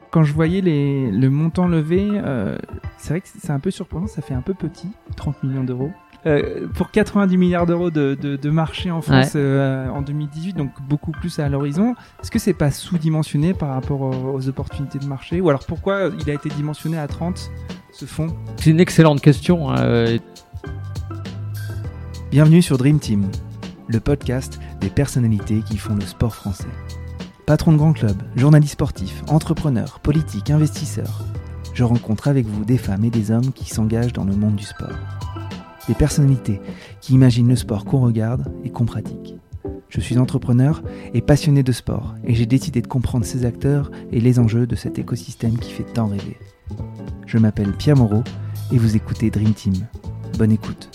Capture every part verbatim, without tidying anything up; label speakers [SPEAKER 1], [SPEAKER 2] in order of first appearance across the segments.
[SPEAKER 1] quand je voyais les, le montant levé, euh, c'est vrai que c'est un peu surprenant, ça fait un peu petit, trente millions d'euros. Euh, pour quatre-vingt-dix milliards d'euros de, de, de marché en France ouais. euh, en deux mille dix-huit, donc beaucoup plus à l'horizon. Est-ce que c'est pas sous-dimensionné par rapport aux, aux opportunités de marché? Ou alors pourquoi il a été dimensionné à trente, ce fonds?
[SPEAKER 2] C'est une excellente question. Euh...
[SPEAKER 1] Bienvenue sur Dream Team, le podcast des personnalités qui font le sport français. Patron de grands clubs, journalistes sportifs, entrepreneurs, politiques, investisseurs. Je rencontre avec vous des femmes et des hommes qui s'engagent dans le monde du sport. Des personnalités qui imaginent le sport qu'on regarde et qu'on pratique. Je suis entrepreneur et passionné de sport et j'ai décidé de comprendre ces acteurs et les enjeux de cet écosystème qui fait tant rêver. Je m'appelle Pierre Moreau et vous écoutez Dream Team. Bonne écoute.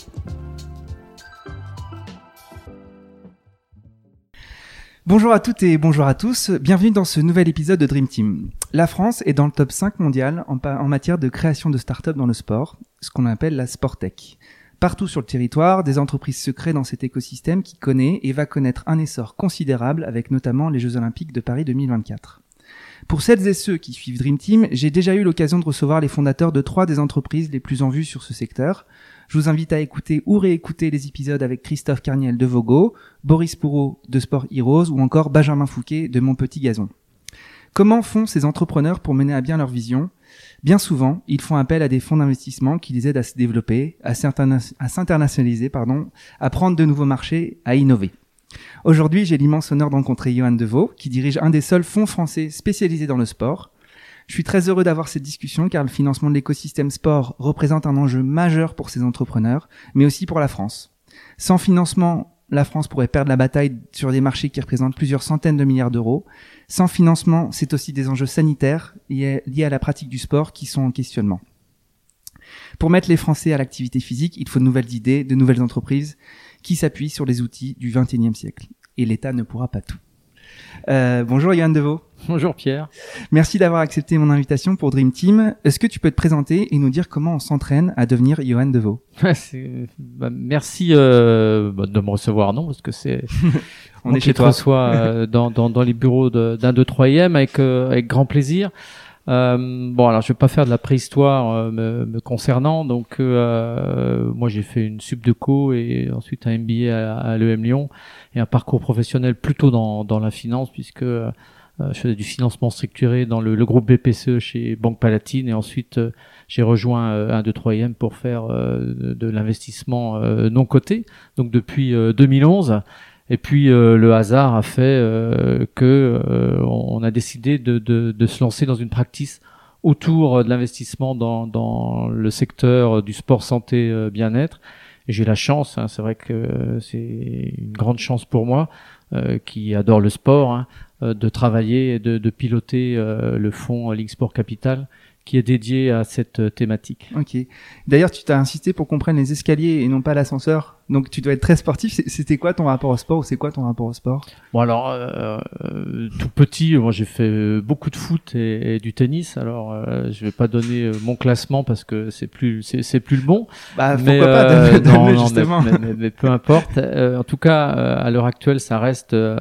[SPEAKER 1] Bonjour à toutes et bonjour à tous, bienvenue dans ce nouvel épisode de Dream Team. La France est dans le top cinq mondial en, pa- en matière de création de start-up dans le sport, ce qu'on appelle la Sporttech. Partout sur le territoire, des entreprises se créent dans cet écosystème qui connaît et va connaître un essor considérable avec notamment les Jeux Olympiques de Paris deux mille vingt-quatre. Pour celles et ceux qui suivent Dream Team, j'ai déjà eu l'occasion de recevoir les fondateurs de trois des entreprises les plus en vue sur ce secteur. Je vous invite à écouter ou réécouter les épisodes avec Christophe Carniel de Vogo, Boris Pourreau de Sport Heroes ou encore Benjamin Fouquet de Mon Petit Gazon. Comment font ces entrepreneurs pour mener à bien leur vision ? Bien souvent, ils font appel à des fonds d'investissement qui les aident à se développer, à s'internationaliser, pardon, à prendre de nouveaux marchés, à innover. Aujourd'hui, j'ai l'immense honneur de rencontrer Johan Deveau, qui dirige un des seuls fonds français spécialisés dans le sport. Je suis très heureux d'avoir cette discussion car le financement de l'écosystème sport représente un enjeu majeur pour ces entrepreneurs, mais aussi pour la France. Sans financement, la France pourrait perdre la bataille sur des marchés qui représentent plusieurs centaines de milliards d'euros. Sans financement, c'est aussi des enjeux sanitaires liés à la pratique du sport qui sont en questionnement. Pour mettre les Français à l'activité physique, il faut de nouvelles idées, de nouvelles entreprises qui s'appuient sur les outils du vingt et unième siècle. Et l'État ne pourra pas tout. Euh, bonjour Johan Deveau.
[SPEAKER 2] Bonjour Pierre.
[SPEAKER 1] Merci d'avoir accepté mon invitation pour Dream Team. Est-ce que tu peux te présenter et nous dire comment on s'entraîne à devenir Johan Deveau?
[SPEAKER 2] c'est, bah, Merci euh, bah, de me recevoir, non, parce que c'est
[SPEAKER 1] on est chez toi.
[SPEAKER 2] Reçois euh, dans, dans, dans les bureaux de, d'un deux trois e avec, euh, avec grand plaisir. Euh, bon, alors je vais pas faire de la préhistoire euh, me, me concernant. Donc euh, moi j'ai fait une sup de co et ensuite un M B A à, à l'E M Lyon et un parcours professionnel plutôt dans, dans la finance puisque euh, je faisais du financement structuré dans le, le groupe B P C E chez Banque Palatine et ensuite euh, j'ai rejoint euh, un deux trois e pour faire euh, de, de l'investissement euh, non coté. Donc depuis euh, deux mille onze. Et puis euh, le hasard a fait euh, que euh, on a décidé de, de, de se lancer dans une practice autour de l'investissement dans, dans le secteur du sport santé euh, bien-être. Et j'ai la chance, hein, c'est vrai que c'est une grande chance pour moi, euh, qui adore le sport, hein, euh, de travailler et de, de piloter euh, le fonds Link Sport Capital, qui est dédié à cette thématique.
[SPEAKER 1] Ok. D'ailleurs, tu t'as insisté pour qu'on prenne les escaliers et non pas l'ascenseur. Donc, tu dois être très sportif. C'était quoi ton rapport au sport ou c'est quoi ton rapport au sport?
[SPEAKER 2] Bon, alors, euh, euh, tout petit, moi, j'ai fait beaucoup de foot et, et du tennis. Alors, euh, je vais pas donner mon classement parce que c'est plus, c'est, c'est plus le bon.
[SPEAKER 1] Bah,
[SPEAKER 2] mais,
[SPEAKER 1] pourquoi
[SPEAKER 2] euh,
[SPEAKER 1] pas,
[SPEAKER 2] non, non,
[SPEAKER 1] justement.
[SPEAKER 2] Mais, mais, mais, mais peu importe. Euh, en tout cas, à l'heure actuelle, ça reste un,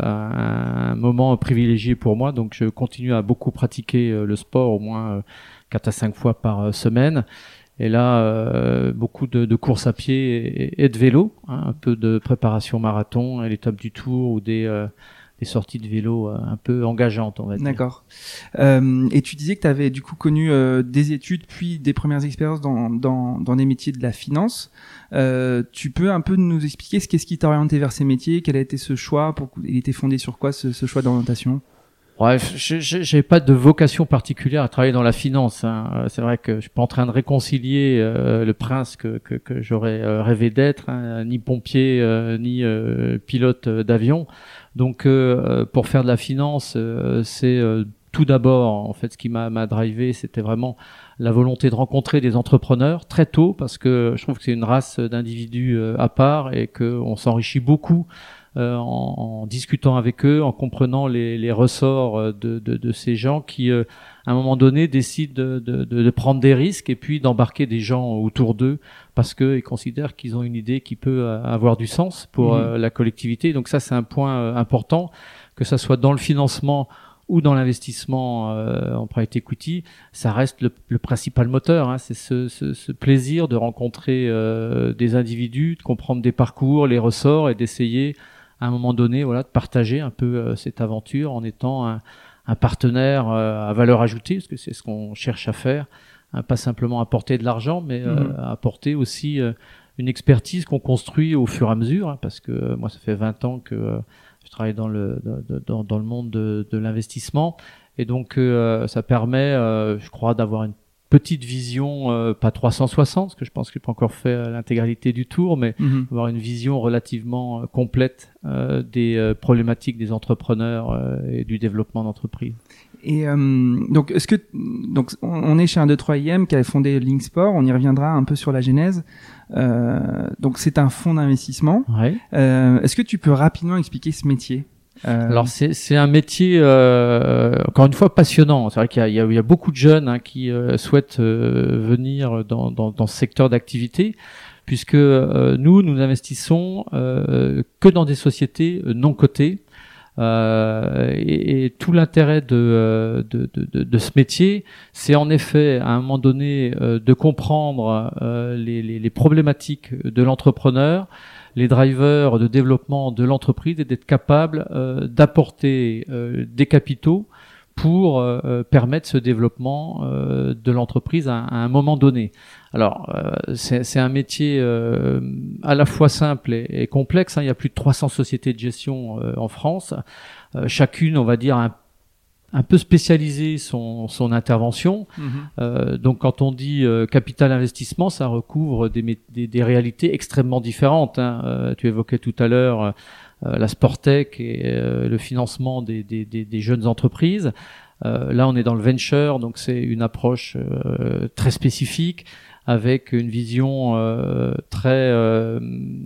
[SPEAKER 2] un moment privilégié pour moi. Donc, je continue à beaucoup pratiquer le sport, au moins quatre à cinq fois par semaine. Et là, euh, beaucoup de, de courses à pied et, et de vélo, hein, un peu de préparation marathon, l'étape du Tour ou des, euh, des sorties de vélo euh, un peu engageantes, on va dire.
[SPEAKER 1] D'accord. Euh, et tu disais que tu avais du coup connu euh, des études puis des premières expériences dans, dans, dans des métiers de la finance. Euh, tu peux un peu nous expliquer ce qu'est-ce qui t'a orienté vers ces métiers? Quel a été ce choix? Pour, il était fondé sur quoi ce, ce choix d'orientation?
[SPEAKER 2] Ouais, j'ai pas de vocation particulière à travailler dans la finance. Hein. C'est vrai que je suis pas en train de réconcilier euh, le prince que que, que j'aurais euh, rêvé d'être, hein, ni pompier, euh, ni euh, pilote euh, d'avion. Donc, euh, pour faire de la finance, euh, c'est euh, tout d'abord, en fait, ce qui m'a m'a drivé, c'était vraiment la volonté de rencontrer des entrepreneurs très tôt, parce que je trouve que c'est une race d'individus euh, à part et que on s'enrichit beaucoup. Euh, en, en discutant avec eux, en comprenant les, les ressorts de, de, de ces gens qui, euh, à un moment donné, décident de, de, de prendre des risques et puis d'embarquer des gens autour d'eux parce qu'ils considèrent qu'ils ont une idée qui peut avoir du sens pour mmh. euh, la collectivité. Donc ça, c'est un point euh, important, que ça soit dans le financement ou dans l'investissement euh, en private equity, ça reste le, le principal moteur. Hein. C'est ce, ce, ce plaisir de rencontrer euh, des individus, de comprendre des parcours, les ressorts et d'essayer à un moment donné, voilà, de partager un peu euh, cette aventure en étant un, un partenaire euh, à valeur ajoutée, parce que c'est ce qu'on cherche à faire, hein, pas simplement apporter de l'argent, mais euh, mmh. apporter aussi euh, une expertise qu'on construit au fur et à mesure, hein, parce que euh, moi ça fait vingt ans que euh, je travaille dans le dans, dans le monde de, de l'investissement, et donc euh, ça permet, euh, je crois, d'avoir une petite vision, euh, pas trois cent soixante, parce que je pense que j'ai pas encore fait l'intégralité du tour, mais mmh. avoir une vision relativement euh, complète euh, des euh, problématiques des entrepreneurs euh, et du développement d'entreprises.
[SPEAKER 1] Et euh, donc, est-ce que donc on est chez un deux trois I M qui a fondé Linksport, on y reviendra un peu sur la genèse. Euh, donc c'est un fonds d'investissement.
[SPEAKER 2] Ouais.
[SPEAKER 1] Euh, est-ce que tu peux rapidement expliquer ce métier?
[SPEAKER 2] Euh... Alors c'est c'est un métier euh, encore une fois passionnant. C'est vrai qu'il y a il y a, il y a beaucoup de jeunes hein, qui euh, souhaitent euh, venir dans, dans dans ce secteur d'activité, puisque euh, nous nous investissons euh, que dans des sociétés non cotées. Euh, et, et tout l'intérêt de, de, de, de ce métier, c'est en effet à un moment donné euh, de comprendre euh, les, les, les problématiques de l'entrepreneur, les drivers de développement de l'entreprise et d'être capable euh, d'apporter euh, des capitaux pour euh, permettre ce développement euh, de l'entreprise à, à un moment donné. Alors, euh, c'est, c'est un métier euh, à la fois simple et, et complexe. Hein. Il y a plus de trois cents sociétés de gestion euh, en France. Euh, chacune, on va dire, un, un peu spécialisé son, son intervention. Mmh. Euh, donc, quand on dit euh, capital investissement, ça recouvre des, des, des réalités extrêmement différentes. Hein. Euh, tu évoquais tout à l'heure Euh, la Sportec et euh, le financement des, des, des, des jeunes entreprises. Euh, là, on est dans le venture, donc c'est une approche euh, très spécifique avec une vision euh, très euh,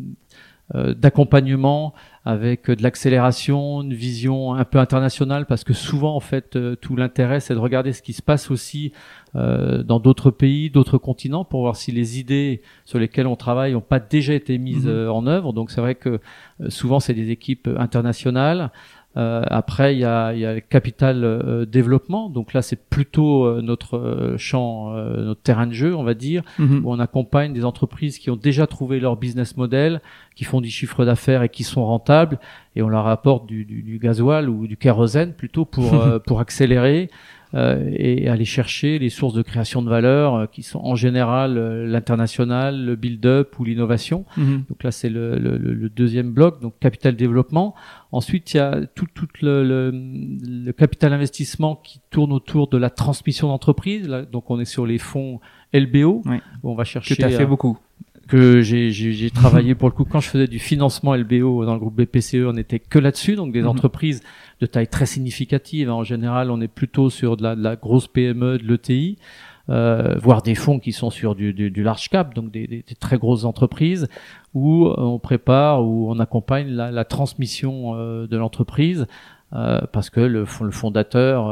[SPEAKER 2] euh, d'accompagnement, avec de l'accélération, une vision un peu internationale, parce que souvent, en fait, euh, tout l'intérêt, c'est de regarder ce qui se passe aussi euh, dans d'autres pays, d'autres continents, pour voir si les idées sur lesquelles on travaille n'ont pas déjà été mises euh, en œuvre. Donc, c'est vrai que euh, souvent, c'est des équipes internationales. Euh, après, il y a, il y a le capital euh, développement. Donc là, c'est plutôt euh, notre euh, champ, euh, notre terrain de jeu, on va dire, mm-hmm. où on accompagne des entreprises qui ont déjà trouvé leur business model, qui font du chiffre d'affaires et qui sont rentables, et on leur apporte du, du, du gasoil ou du kérosène plutôt pour euh, pour accélérer euh, et aller chercher les sources de création de valeur euh, qui sont en général euh, l'international, le build-up ou l'innovation. Mm-hmm. Donc là, c'est le, le, le deuxième bloc, donc capital développement. Ensuite, il y a tout, tout le, le, le capital investissement qui tourne autour de la transmission d'entreprise. Là, donc, on est sur les fonds L B O.
[SPEAKER 1] Oui.
[SPEAKER 2] Où on va chercher.
[SPEAKER 1] Que tu as fait à, beaucoup.
[SPEAKER 2] Que j'ai, j'ai, j'ai travaillé pour le coup. Quand je faisais du financement L B O dans le groupe B P C E, on n'était que là-dessus. Donc, des mmh. entreprises de taille très significative. En général, on est plutôt sur de la, de la grosse P M E, de l'E T I. Euh, voire des fonds qui sont sur du, du, du large cap, donc des, des, des très grosses entreprises, où on prépare, où on accompagne la, la transmission euh, de l'entreprise, euh, parce que le, le fondateur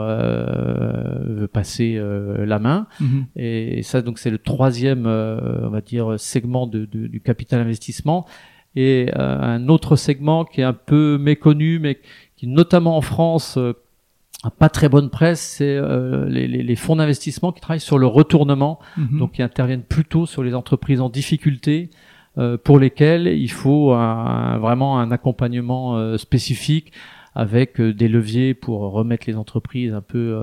[SPEAKER 2] euh, veut passer euh, la main. Mm-hmm. Et ça, donc, c'est le troisième, euh, on va dire, segment de, de, du capital investissement. Et euh, un autre segment qui est un peu méconnu, mais qui, notamment en France, euh, pas très bonne presse, c'est euh, les, les, les fonds d'investissement qui travaillent sur le retournement, mmh. donc qui interviennent plutôt sur les entreprises en difficulté, euh, pour lesquelles il faut un, vraiment un accompagnement euh, spécifique avec euh, des leviers pour remettre les entreprises un peu,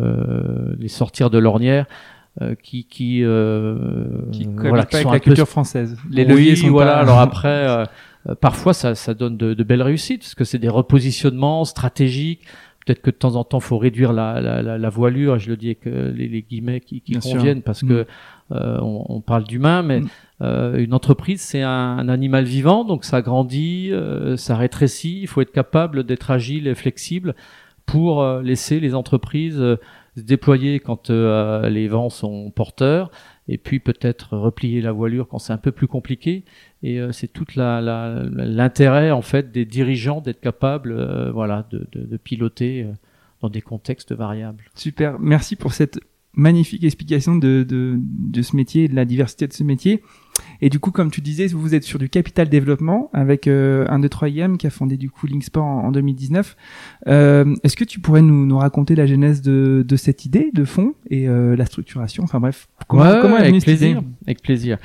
[SPEAKER 2] euh, les sortir de l'ornière, euh, qui qui euh,
[SPEAKER 1] qui voilà, qui sont avec la culture française. Les leviers
[SPEAKER 2] oui,
[SPEAKER 1] sont
[SPEAKER 2] voilà.
[SPEAKER 1] Pas...
[SPEAKER 2] Alors après, euh, parfois ça ça donne de, de belles réussites parce que c'est des repositionnements stratégiques. Peut-être que de temps en temps, faut réduire la, la, la, la voilure. Je le dis avec les, les guillemets qui, qui conviennent, parce mmh. que euh, on, on parle d'humain, mais mmh. euh, une entreprise, c'est un, un animal vivant, donc ça grandit, euh, ça rétrécit. Il faut être capable d'être agile et flexible pour euh, laisser les entreprises euh, se déployer quand euh, les vents sont porteurs, et puis peut-être replier la voilure quand c'est un peu plus compliqué. Et euh, c'est toute la, la, l'intérêt en fait des dirigeants d'être capables, euh, voilà, de, de, de piloter euh, dans des contextes variables.
[SPEAKER 1] Super, merci pour cette magnifique explication de, de, de ce métier, de la diversité de ce métier. Et du coup, comme tu disais, vous êtes sur du capital développement avec euh, un, deux, trois I M qui a fondé du coup Linksport en, en deux mille dix-neuf. Euh, est-ce que tu pourrais nous, nous raconter la genèse de, de cette idée de fonds et euh, la structuration? Enfin bref, comment,
[SPEAKER 2] ouais,
[SPEAKER 1] comment est venue
[SPEAKER 2] avec
[SPEAKER 1] cette idée?
[SPEAKER 2] plaisir, avec plaisir.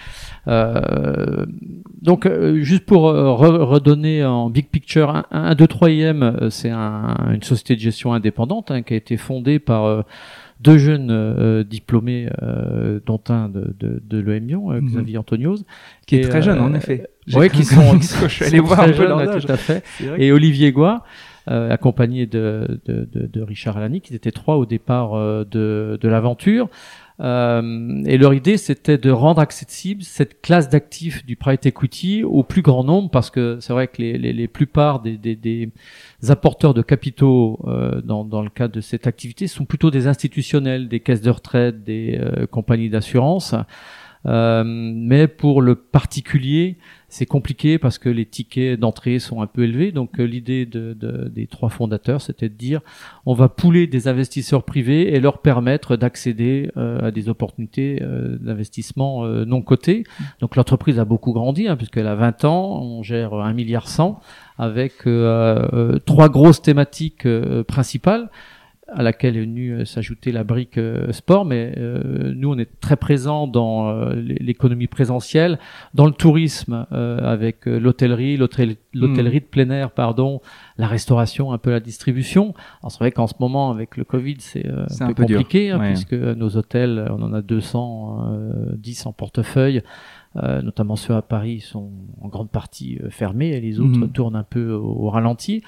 [SPEAKER 2] Euh, donc, euh, juste pour euh, re- redonner en big picture, un, un deux, trois I M, euh, c'est un, une société de gestion indépendante hein, qui a été fondée par euh, deux jeunes euh, diplômés, euh, dont un de, de, de l'E M Lyon, euh, Xavier mm-hmm. Antonios,
[SPEAKER 1] qui est très jeune en effet.
[SPEAKER 2] Oui, qui sont, qui
[SPEAKER 1] sont, je suis allé voir un peu leur âge.
[SPEAKER 2] Tout à fait. Et Olivier Goua, euh, accompagné de, de, de, de Richard Alani, qui étaient trois au départ euh, de, de l'aventure. Euh, et leur idée, c'était de rendre accessible cette classe d'actifs du private equity au plus grand nombre, parce que c'est vrai que les, les, les plupart des, des, des apporteurs de capitaux euh, dans, dans le cadre de cette activité sont plutôt des institutionnels, des caisses de retraite, des euh, compagnies d'assurance. Euh, mais pour le particulier, c'est compliqué parce que les tickets d'entrée sont un peu élevés. Donc euh, l'idée de, de, des trois fondateurs, c'était de dire on va pouler des investisseurs privés et leur permettre d'accéder euh, à des opportunités euh, d'investissement euh, non cotées. Donc l'entreprise a beaucoup grandi hein, puisqu'elle a vingt ans, on gère un milliard cent avec euh, euh, trois grosses thématiques euh, principales, à laquelle est venue s'ajouter la brique euh, sport, mais euh, nous on est très présents dans euh, l'économie présentielle, dans le tourisme euh, avec euh, l'hôtellerie, l'hôtel, l'hôtellerie mmh. de plein air, pardon, la restauration, un peu la distribution. Alors c'est vrai qu'en ce moment avec le Covid c'est, euh, c'est un, un peu, peu compliqué, hein, ouais. puisque nos hôtels, on en a deux cent dix en portefeuille. Euh, notamment ceux à Paris sont en grande partie euh, fermés et les autres mmh. tournent un peu au, au ralenti.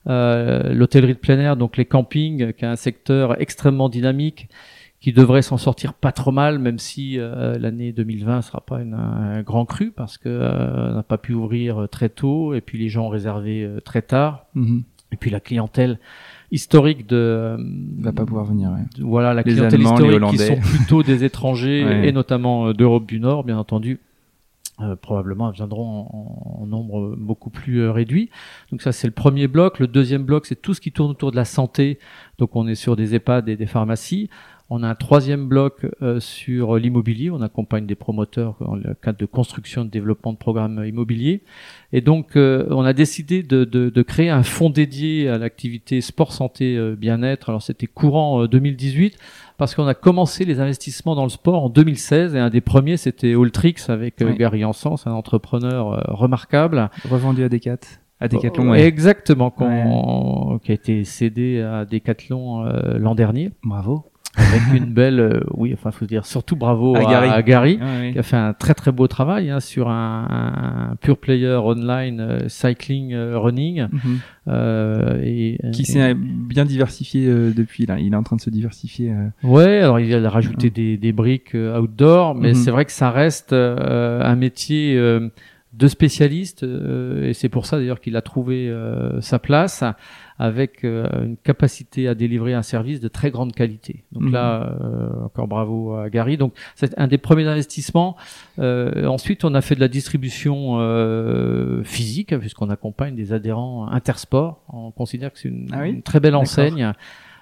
[SPEAKER 2] Euh, l'hôtellerie de plein air, donc les campings, qui est un secteur extrêmement dynamique, qui devrait s'en sortir pas trop mal, même si euh, l'année deux mille vingt sera pas une, un grand cru, parce que euh, on n'a pas pu ouvrir très tôt, et puis les gens ont réservé euh, très tard, mmh. et puis la clientèle historique de euh,
[SPEAKER 1] va pas pouvoir venir. Ouais.
[SPEAKER 2] De, voilà, la les clientèle Allemands, historique qui sont plutôt des étrangers ouais. et notamment euh, d'Europe du Nord, bien entendu. Euh, probablement viendront en, en nombre beaucoup plus euh, réduit. Donc ça c'est le premier bloc. Le deuxième bloc c'est tout ce qui tourne autour de la santé. Donc on est sur des EHPAD et des pharmacies. On a un troisième bloc euh, sur l'immobilier. On accompagne des promoteurs dans le cadre de construction et de développement de programmes immobiliers. Et donc euh, on a décidé de, de, de créer un fonds dédié à l'activité sport, santé, euh, bien-être. Alors c'était courant euh, deux mille dix-huit. Parce qu'on a commencé les investissements dans le sport en deux mille seize et un des premiers c'était Alltrix avec oui. Gary Ansens, un entrepreneur euh, remarquable.
[SPEAKER 1] Revendu à Decat, à Decathlon.
[SPEAKER 2] Euh, ouais. Exactement, ouais. qui a été cédé à Decathlon euh, l'an dernier.
[SPEAKER 1] Bravo.
[SPEAKER 2] Avec une belle, euh, oui, enfin, faut dire surtout bravo à, à Gary, à Gary ah, oui. qui a fait un très très beau travail hein, sur un, un pure player online euh, cycling euh, running, mm-hmm. euh, et
[SPEAKER 1] qui et, s'est bien diversifié euh, depuis là. Il est en train de se diversifier. Euh...
[SPEAKER 2] Ouais, alors il a rajouté mm-hmm. des, des briques euh, outdoor, mais mm-hmm. c'est vrai que ça reste euh, un métier euh, de spécialiste, euh, et c'est pour ça d'ailleurs qu'il a trouvé euh, sa place, avec euh, une capacité à délivrer un service de très grande qualité. Donc mmh. là, euh, encore bravo à Gary. Donc c'est un des premiers investissements. Euh, ensuite, on a fait de la distribution euh, physique, puisqu'on accompagne des adhérents Intersport. On considère que c'est une, ah oui une très belle enseigne.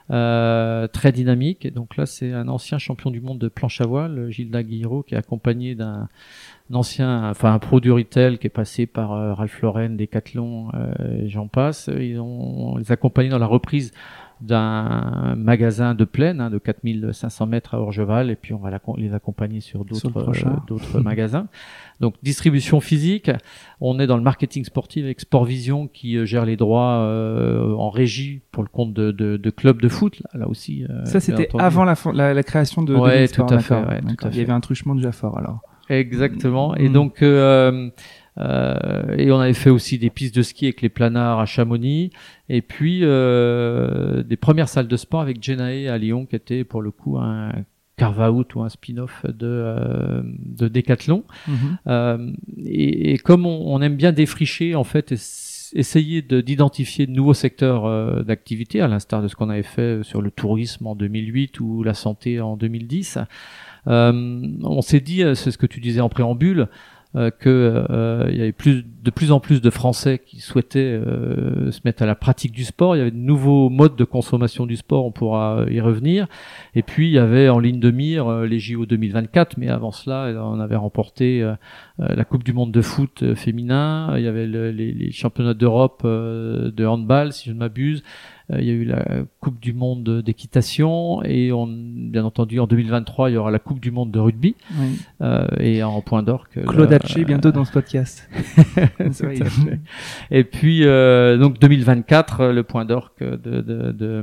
[SPEAKER 2] Euh, très dynamique. Et donc là, c'est un ancien champion du monde de planche à voile, Gilda Guillero, qui est accompagné d'un un ancien, enfin un pro du retail qui est passé par euh, Ralph Lauren, Decathlon, euh, et j'en passe. Ils ont on les accompagnés dans la reprise d'un magasin de plaine hein, de quatre mille cinq cents mètres à Orgeval, et puis on va la, les accompagner sur d'autres, sur euh, d'autres magasins. Donc distribution physique, on est dans le marketing sportif avec Sportvision qui euh, gère les droits euh, en régie pour le compte de, de, de clubs de foot. Là, là aussi. Euh,
[SPEAKER 1] Ça c'était avant la, la, la création de.
[SPEAKER 2] Ouais,
[SPEAKER 1] de
[SPEAKER 2] tout à fait. Ouais, tout à
[SPEAKER 1] Il y avait un truchement déjà fort alors.
[SPEAKER 2] Exactement. Mmh. Et donc. Euh, Euh, et on avait fait aussi des pistes de ski avec les planards à Chamonix, et puis euh, des premières salles de sport avec Genae à Lyon, qui était pour le coup un carve-out ou un spin-off de, euh, de Decathlon. Mm-hmm. Euh, et, et comme on, on aime bien défricher, en fait, essayer de, d'identifier de nouveaux secteurs euh, d'activité, à l'instar de ce qu'on avait fait sur le tourisme en deux mille huit ou la santé en deux mille dix, euh, on s'est dit, c'est ce que tu disais en préambule, euh, que euh, il y avait plus de plus en plus de Français qui souhaitaient euh, se mettre à la pratique du sport. Il y avait de nouveaux modes de consommation du sport, on pourra y revenir. Et puis il y avait en ligne de mire euh, les J O deux mille vingt-quatre, mais avant cela, on avait remporté euh, la Coupe du monde de foot euh, féminin. Il y avait le, les, les championnats d'Europe euh, de handball, si je ne m'abuse. Il y a eu la Coupe du monde d'équitation et on, bien entendu en deux mille vingt-trois il y aura la Coupe du monde de rugby. Oui. Euh, et en point d'orgue
[SPEAKER 1] Claude Haché euh, bientôt dans ce podcast.
[SPEAKER 2] vrai, et puis euh, donc deux mille vingt-quatre le point d'orgue de, de, de, de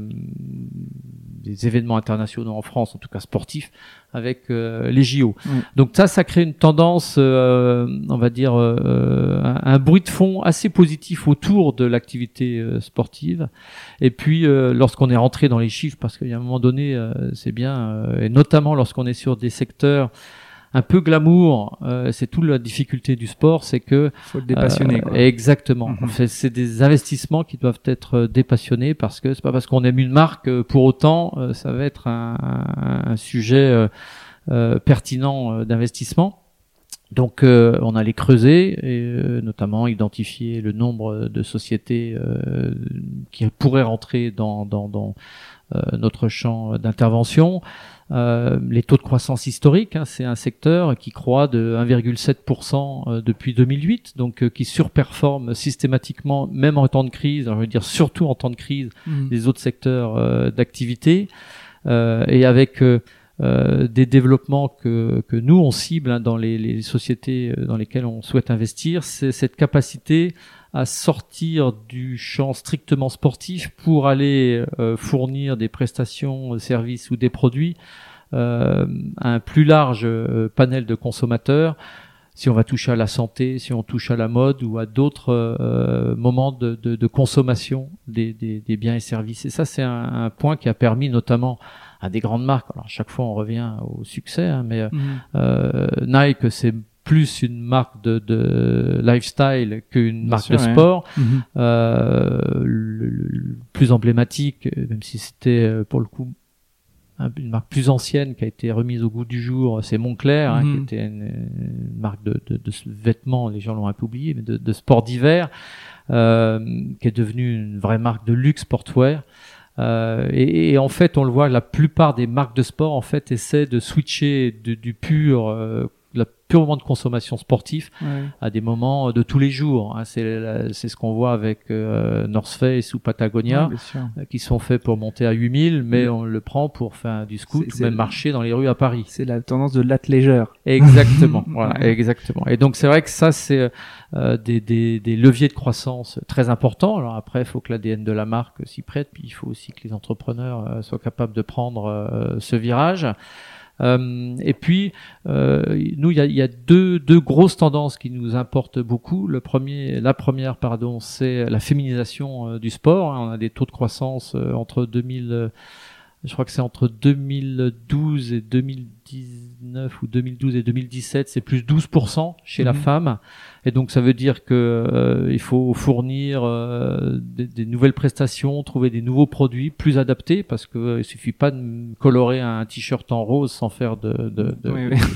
[SPEAKER 2] des événements internationaux en France, en tout cas sportifs, avec euh, les J O. Oui. Donc ça, ça crée une tendance, euh, on va dire, euh, un, un bruit de fond assez positif autour de l'activité euh, sportive. Et puis, euh, lorsqu'on est rentré dans les chiffres, parce qu'il y a un moment donné, euh, c'est bien, euh, et notamment lorsqu'on est sur des secteurs un peu glamour, euh, c'est toute la difficulté du sport, c'est que
[SPEAKER 1] faut être dépassionné. Euh,
[SPEAKER 2] exactement. Mm-hmm. Fait, c'est des investissements qui doivent être dépassionnés parce que c'est pas parce qu'on aime une marque euh, pour autant euh, ça va être un, un, un sujet euh, euh, pertinent euh, d'investissement. Donc euh, on allait creuser et euh, notamment identifier le nombre de sociétés euh, qui pourraient rentrer dans, dans, dans euh, notre champ d'intervention. Euh, les taux de croissance historiques, hein, c'est un secteur qui croît de un virgule sept pour cent euh, depuis deux mille huit, donc euh, qui surperforme systématiquement, même en temps de crise, alors, je veux dire surtout en temps de crise, mmh. les autres secteurs euh, d'activité, euh, et avec euh, euh, des développements que, que nous on cible hein, dans les, les sociétés dans lesquelles on souhaite investir, c'est cette capacité à sortir du champ strictement sportif pour aller euh, fournir des prestations, services ou des produits euh, à un plus large euh, panel de consommateurs. Si on va toucher à la santé, si on touche à la mode ou à d'autres euh, moments de, de, de consommation des, des, des biens et services. Et ça, c'est un, un point qui a permis notamment à des grandes marques. Alors, à chaque fois, on revient au succès, hein, mais mmh. euh, Nike, c'est plus une marque de, de lifestyle qu'une Bien marque sûr, de sport. Ouais. Mm-hmm. Euh, le, le plus emblématique, même si c'était pour le coup une marque plus ancienne qui a été remise au goût du jour, c'est Moncler, mm-hmm. hein, qui était une, une marque de, de, de vêtements, les gens l'ont un peu oublié, mais de, de sport d'hiver, euh, qui est devenue une vraie marque de luxe sportwear. Euh, et, et en fait, on le voit, la plupart des marques de sport en fait essaient de switcher de, du pur euh, la pur moment de consommation sportif ouais. à des moments de tous les jours. Hein. C'est, la, c'est ce qu'on voit avec euh, North Face ou Patagonia, ouais, euh, qui sont faits pour monter à huit mille, mais oui. on le prend pour faire du scoot c'est, ou même le... marcher dans les rues à Paris.
[SPEAKER 1] C'est la tendance de l'athléisure.
[SPEAKER 2] Exactement, voilà, ouais. exactement. Et donc c'est vrai que ça c'est euh, des, des, des leviers de croissance très importants. Alors après, il faut que l'A D N de la marque s'y prête, puis il faut aussi que les entrepreneurs euh, soient capables de prendre euh, ce virage. Euh, et puis, euh, nous, il y a, y a deux, deux grosses tendances qui nous importent beaucoup. Le premier, la première, pardon, c'est la féminisation euh, du sport. On a des taux de croissance euh, entre deux mille, euh, je crois que c'est entre deux mille douze et deux mille dix-neuf ou deux mille douze et deux mille dix-sept, c'est plus douze pour cent chez mmh. la femme. Et donc, ça veut dire que euh, il faut fournir euh, des, des nouvelles prestations, trouver des nouveaux produits plus adaptés, parce que euh, il suffit pas de colorer un t-shirt en rose sans faire de, de, de,
[SPEAKER 1] oui,
[SPEAKER 2] de,
[SPEAKER 1] oui.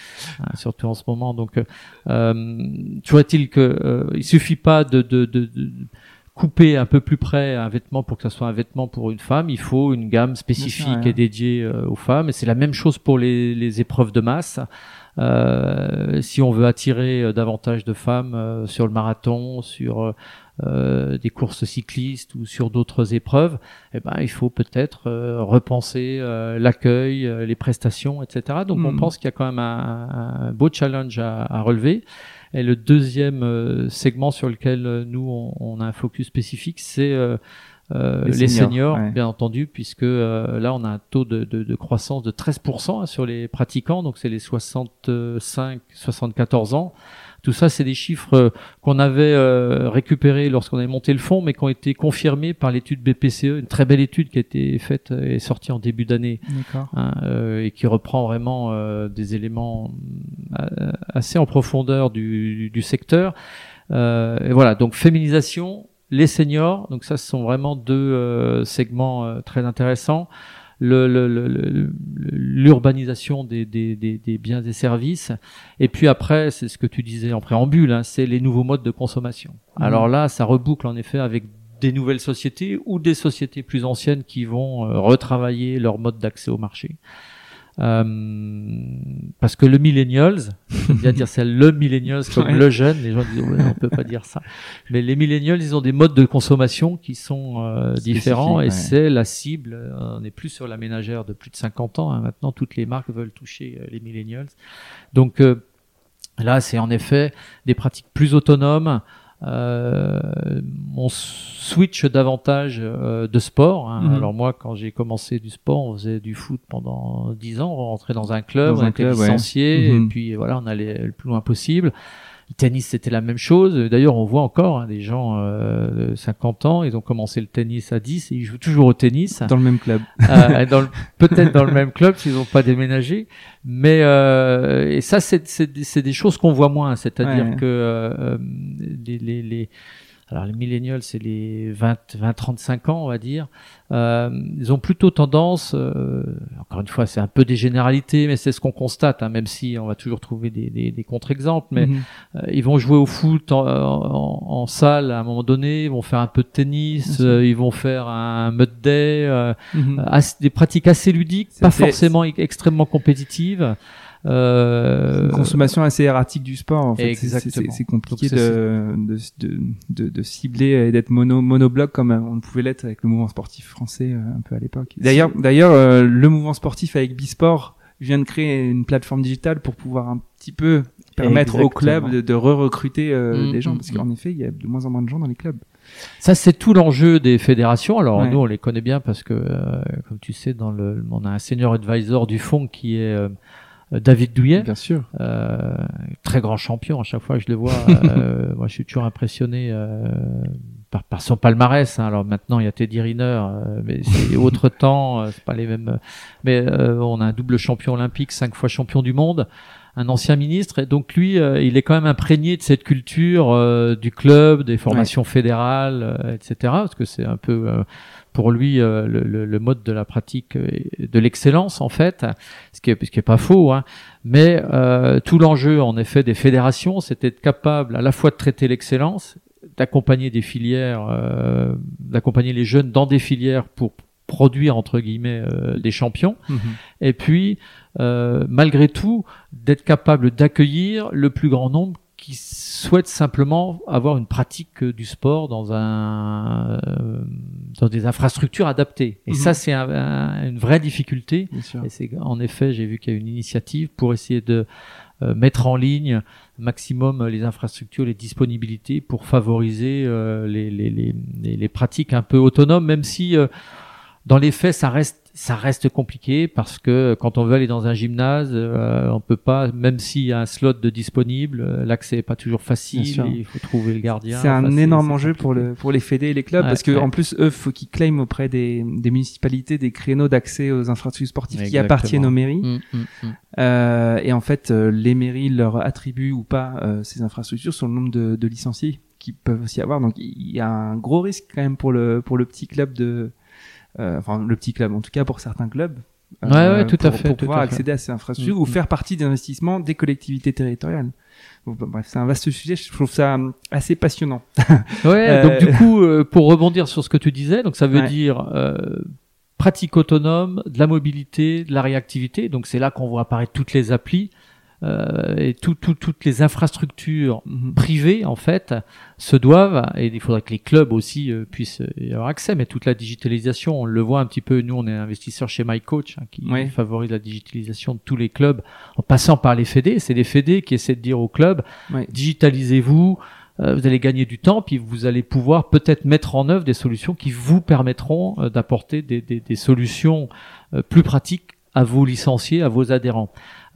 [SPEAKER 2] de surtout en ce moment. Donc, euh, toujours est-il que euh, il suffit pas de, de, de, de couper un peu plus près un vêtement pour que ça soit un vêtement pour une femme, il faut une gamme spécifique sûr, ouais. et dédiée euh, aux femmes. Et c'est la même chose pour les, les épreuves de masse. Euh, si on veut attirer euh, davantage de femmes euh, sur le marathon, sur euh, des courses cyclistes ou sur d'autres épreuves, eh ben il faut peut-être euh, repenser euh, l'accueil, euh, les prestations, et cetera. Donc mmh. on pense qu'il y a quand même un, un beau challenge à, à relever. Et le deuxième euh, segment sur lequel euh, nous on, on a un focus spécifique, c'est euh, Euh, les, les seniors, seniors ouais. bien entendu, puisque euh, là on a un taux de, de, de croissance de treize pour cent hein, sur les pratiquants, donc c'est les soixante-cinq soixante-quatorze ans. Tout ça, c'est des chiffres euh, qu'on avait euh, récupérés lorsqu'on avait monté le fonds, mais qui ont été confirmés par l'étude B P C E, une très belle étude qui a été faite et sortie en début d'année, hein, euh, et qui reprend vraiment euh, des éléments euh, assez en profondeur du, du secteur. Euh, et voilà, donc féminisation, les seniors, donc ça ce sont vraiment deux euh, segments euh, très intéressants. le, le, le, le, l'urbanisation des, des, des, des biens et services. Et puis après, c'est ce que tu disais en préambule, hein, c'est les nouveaux modes de consommation. Mmh. Alors là, ça reboucle en effet avec des nouvelles sociétés ou des sociétés plus anciennes qui vont euh, retravailler leur mode d'accès au marché. Euh, parce que le millennials, j'aime bien dire c'est le millennials comme ouais. le jeune, les gens disent ouais, on peut pas dire ça. Mais les millennials, ils ont des modes de consommation qui sont euh, différents et ouais. c'est la cible. On n'est plus sur la ménagère de plus de cinquante ans. Hein. Maintenant, toutes les marques veulent toucher euh, les millennials. Donc euh, là, c'est en effet des pratiques plus autonomes. Euh, on switch davantage euh, de sport. Hein. Mmh. Alors moi, quand j'ai commencé du sport, on faisait du foot pendant dix ans. On rentrait dans un club, dans on un était club, licencié, ouais. mmh. et puis voilà, on allait le plus loin possible. Le tennis, c'était la même chose. D'ailleurs, on voit encore hein, des gens euh, de cinquante ans, ils ont commencé le tennis à dix et ils jouent toujours au tennis.
[SPEAKER 1] Dans le même club.
[SPEAKER 2] Euh, dans le, peut-être dans le même club s'ils n'ont pas déménagé. Mais euh, et ça, c'est, c'est, c'est des choses qu'on voit moins. C'est-à-dire ouais. que euh, les, les, les alors les millennials, c'est les vingt, vingt, trente-cinq ans, on va dire. Euh, ils ont plutôt tendance, euh, encore une fois, c'est un peu des généralités, mais c'est ce qu'on constate, hein, même si on va toujours trouver des, des, des contre-exemples. Mais mm-hmm. euh, ils vont jouer au foot en, en, en salle à un moment donné, ils vont faire un peu de tennis, euh, ils vont faire un mud day, euh, mm-hmm. assez, des pratiques assez ludiques, c'est pas assez, forcément c'est... extrêmement compétitives.
[SPEAKER 1] Euh, une consommation assez erratique du sport en fait. C'est, c'est, c'est compliqué de, de, de, de, de cibler et d'être mono, monobloc comme on pouvait l'être avec le mouvement sportif français un peu à l'époque. D'ailleurs, c'est... d'ailleurs euh, le mouvement sportif avec Bisport vient de créer une plateforme digitale pour pouvoir un petit peu permettre Exactement. Au club de, de re-recruter euh, mmh, des gens parce mmh. qu'en effet il y a de moins en moins de gens dans les clubs.
[SPEAKER 2] Ça, c'est tout l'enjeu des fédérations. Alors, ouais. nous, on les connaît bien parce que, euh, comme tu sais, dans le, on a un senior advisor du fonds qui est euh, David Douillet,
[SPEAKER 1] bien sûr,
[SPEAKER 2] euh, très grand champion. À chaque fois que je le vois, euh, moi je suis toujours impressionné euh, par, par son palmarès. Hein. Alors maintenant il y a Teddy Riner, euh, mais c'est autre temps, euh, c'est pas les mêmes. Mais euh, on a un double champion olympique, cinq fois champion du monde, un ancien ministre, et donc lui, euh, il est quand même imprégné de cette culture euh, du club, des formations ouais. fédérales, euh, et cetera. Parce que c'est un peu euh, pour lui euh, le, le, le mode de la pratique de l'excellence en fait, ce qui est, ce qui est pas faux, hein. Mais euh, tout l'enjeu en effet des fédérations, c'était d'être capable à la fois de traiter l'excellence, d'accompagner des filières, euh, d'accompagner les jeunes dans des filières pour produire entre guillemets euh, des champions, mmh. et puis euh, malgré tout d'être capable d'accueillir le plus grand nombre qui souhaitent simplement avoir une pratique du sport dans un euh, dans des infrastructures adaptées. Et mmh. ça, c'est un, un, une vraie difficulté. Et c'est en effet, j'ai vu qu'il y a une initiative pour essayer de euh, mettre en ligne maximum les infrastructures, les disponibilités pour favoriser euh, les, les, les, les, les pratiques un peu autonomes, même si euh, dans les faits, ça reste ça reste compliqué parce que quand on veut aller dans un gymnase, euh, on peut pas, même s'il y a un slot de disponible, l'accès est pas toujours facile, il faut trouver le gardien.
[SPEAKER 1] C'est un enfin, énorme c'est, enjeu c'est pour le pour les fédés et les clubs ouais, parce que ouais. en plus eux, faut qu'ils claiment auprès des des municipalités des créneaux d'accès aux infrastructures sportives Exactement. Qui appartiennent aux mairies. Mmh, mmh, mmh. Euh, et en fait, euh, les mairies leur attribuent ou pas euh, ces infrastructures sur le nombre de, de licenciés qu'ils peuvent aussi avoir. Donc il y a un gros risque quand même pour le pour le petit club de Euh, enfin le petit club en tout cas pour certains clubs
[SPEAKER 2] euh, ouais, ouais tout
[SPEAKER 1] pour,
[SPEAKER 2] à fait
[SPEAKER 1] pour
[SPEAKER 2] tout
[SPEAKER 1] pouvoir
[SPEAKER 2] à
[SPEAKER 1] accéder
[SPEAKER 2] fait.
[SPEAKER 1] à ces infrastructures mmh. ou faire partie des investissements des collectivités territoriales. Bref, c'est un vaste sujet, je trouve ça assez passionnant.
[SPEAKER 2] Ouais, euh... donc du coup euh, pour rebondir sur ce que tu disais, donc ça veut ouais. dire euh, pratique autonome, de la mobilité, de la réactivité, donc c'est là qu'on voit apparaître toutes les applis euh, et tout, tout, toutes les infrastructures mmh. privées en fait se doivent, et il faudrait que les clubs aussi euh, puissent y avoir accès, mais toute la digitalisation, on le voit un petit peu, nous on est investisseur chez MyCoach hein, qui oui. favorise la digitalisation de tous les clubs en passant par les fédés, c'est les fédés qui essaient de dire aux clubs oui. digitalisez-vous, euh, vous allez gagner du temps, puis vous allez pouvoir peut-être mettre en œuvre des solutions qui vous permettront euh, d'apporter des, des, des solutions euh, plus pratiques à vos licenciés, à vos adhérents.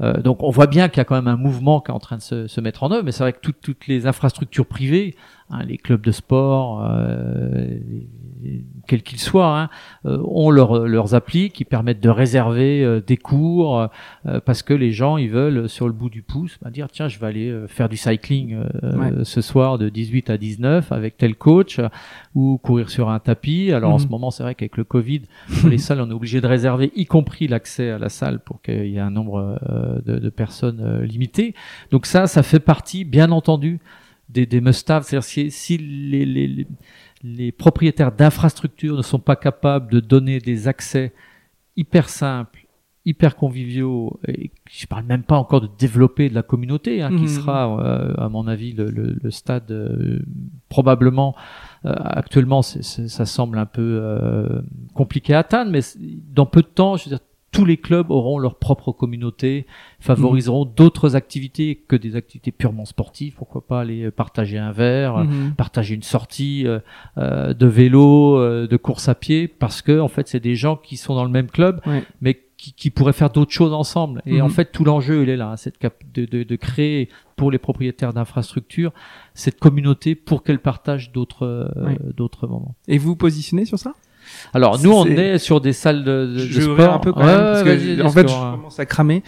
[SPEAKER 2] Euh, donc on voit bien qu'il y a quand même un mouvement qui est en train de se, se mettre en œuvre, mais c'est vrai que toutes, toutes les infrastructures privées, hein, les clubs de sport, euh, quels qu'ils soient, hein, euh, ont leur, leurs applis qui permettent de réserver euh, des cours euh, parce que les gens ils veulent sur le bout du pouce bah, dire tiens je vais aller euh, faire du cycling euh, ouais. ce soir de dix-huit à dix-neuf avec tel coach euh, ou courir sur un tapis. Alors mmh. en ce moment c'est vrai qu'avec le Covid dans les salles on est obligé de réserver y compris l'accès à la salle pour qu'il y ait un nombre euh, de, de personnes euh, limité. Donc ça ça fait partie bien entendu des, des must-have, c'est-à-dire si, si les, les, les les propriétaires d'infrastructures ne sont pas capables de donner des accès hyper simples, hyper conviviaux, et je parle même pas encore de développer de la communauté, hein, mmh. qui sera, euh, à mon avis, le, le, le stade euh, probablement euh, actuellement, c'est, c'est, ça semble un peu euh, compliqué à atteindre, mais dans peu de temps, je veux dire, tous les clubs auront leur propre communauté, favoriseront mmh. d'autres activités que des activités purement sportives. Pourquoi pas aller partager un verre, mmh. partager une sortie euh, euh, de vélo, euh, de course à pied, parce que en fait c'est des gens qui sont dans le même club, ouais. mais qui, qui pourraient faire d'autres choses ensemble. Et mmh. en fait tout l'enjeu il est là, hein, c'est de, de, de créer pour les propriétaires d'infrastructures cette communauté pour qu'elles partagent d'autres euh, ouais. d'autres moments.
[SPEAKER 1] Et vous vous positionnez sur ça ?
[SPEAKER 2] Alors nous on est sur des salles de, de,
[SPEAKER 1] je
[SPEAKER 2] de sport
[SPEAKER 1] un peu quand même, ouais, parce que en fait je commence à cramer.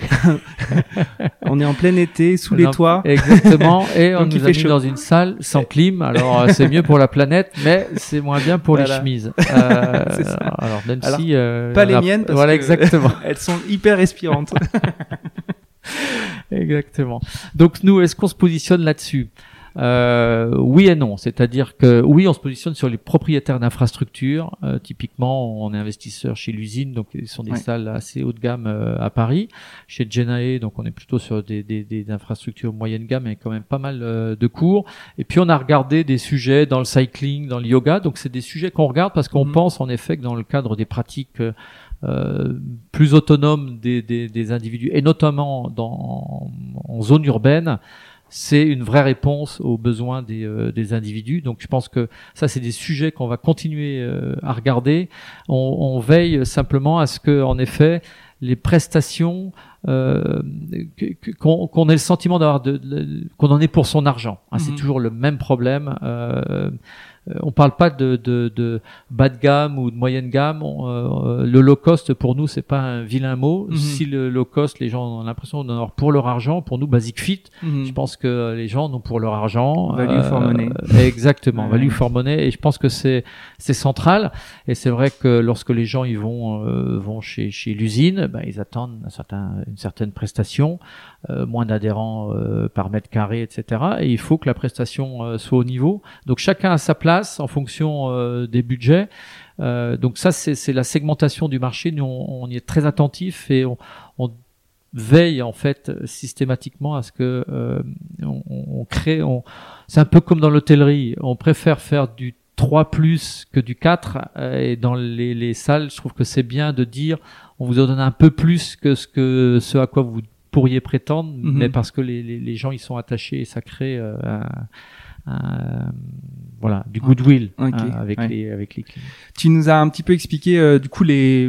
[SPEAKER 1] On est en plein été sous les toits.
[SPEAKER 2] Exactement, et on nous a mis chaud. Dans une salle sans clim. Alors c'est mieux pour la planète, mais c'est moins bien pour voilà. les chemises. Euh,
[SPEAKER 1] c'est ça.
[SPEAKER 2] Alors même
[SPEAKER 1] alors,
[SPEAKER 2] si euh,
[SPEAKER 1] pas les a... miennes parce
[SPEAKER 2] voilà
[SPEAKER 1] que
[SPEAKER 2] exactement.
[SPEAKER 1] Elles sont hyper respirantes.
[SPEAKER 2] Exactement. Donc nous est-ce qu'on se positionne là-dessus? Euh, oui et non, c'est-à-dire que oui, on se positionne sur les propriétaires d'infrastructures. Euh, typiquement, on est investisseur chez l'usine, donc ce sont des ouais. salles assez haut de gamme euh, à Paris. Chez Genae, donc on est plutôt sur des, des, des infrastructures moyenne gamme, mais quand même pas mal euh, de cours. Et puis on a regardé des sujets dans le cycling, dans le yoga. Donc c'est des sujets qu'on regarde parce qu'on mmh. pense en effet que dans le cadre des pratiques euh, Euh, plus autonomes des, des, des individus, et notamment dans, en zone urbaine, c'est une vraie réponse aux besoins des, euh, des individus. Donc je pense que ça, c'est des sujets qu'on va continuer euh, à regarder. On, on veille simplement à ce que, en effet, les prestations, euh, qu'on, qu'on ait le sentiment d'avoir de, de, qu'on en ait pour son argent. Hein, mmh. C'est toujours le même problème. Euh, on parle pas de, de, de bas de gamme ou de moyenne gamme. On, euh, le low cost pour nous c'est pas un vilain mot. Mmh. Si le low cost, les gens ont l'impression d'en avoir pour leur argent. Pour nous, Basic Fit, mmh. je pense que les gens en ont pour leur argent.
[SPEAKER 1] Value euh, for money.
[SPEAKER 2] Exactement, ouais. Value for money. Et je pense que c'est c'est central. Et c'est vrai que lorsque les gens ils vont euh, vont chez chez l'usine, ben ils attendent un certain une certaine prestation, euh, moins d'adhérents euh, par mètre carré, et cetera. Et il faut que la prestation euh, soit au niveau. Donc chacun a sa place en fonction euh, des budgets. Euh, donc ça, c'est, c'est la segmentation du marché. Nous, on, on y est très attentif et on, on veille en fait systématiquement à ce que euh, on, on crée. On, c'est un peu comme dans l'hôtellerie. On préfère faire du trois plus que du quatre. Et dans les, les salles, je trouve que c'est bien de dire on vous en donne un peu plus que ce que ce à quoi vous pourriez prétendre, mm-hmm. mais parce que les, les, les gens ils sont attachés et ça crée euh, un, un, voilà du goodwill okay. hein, avec ouais. les avec les clients.
[SPEAKER 1] Tu nous as un petit peu expliqué euh, du coup les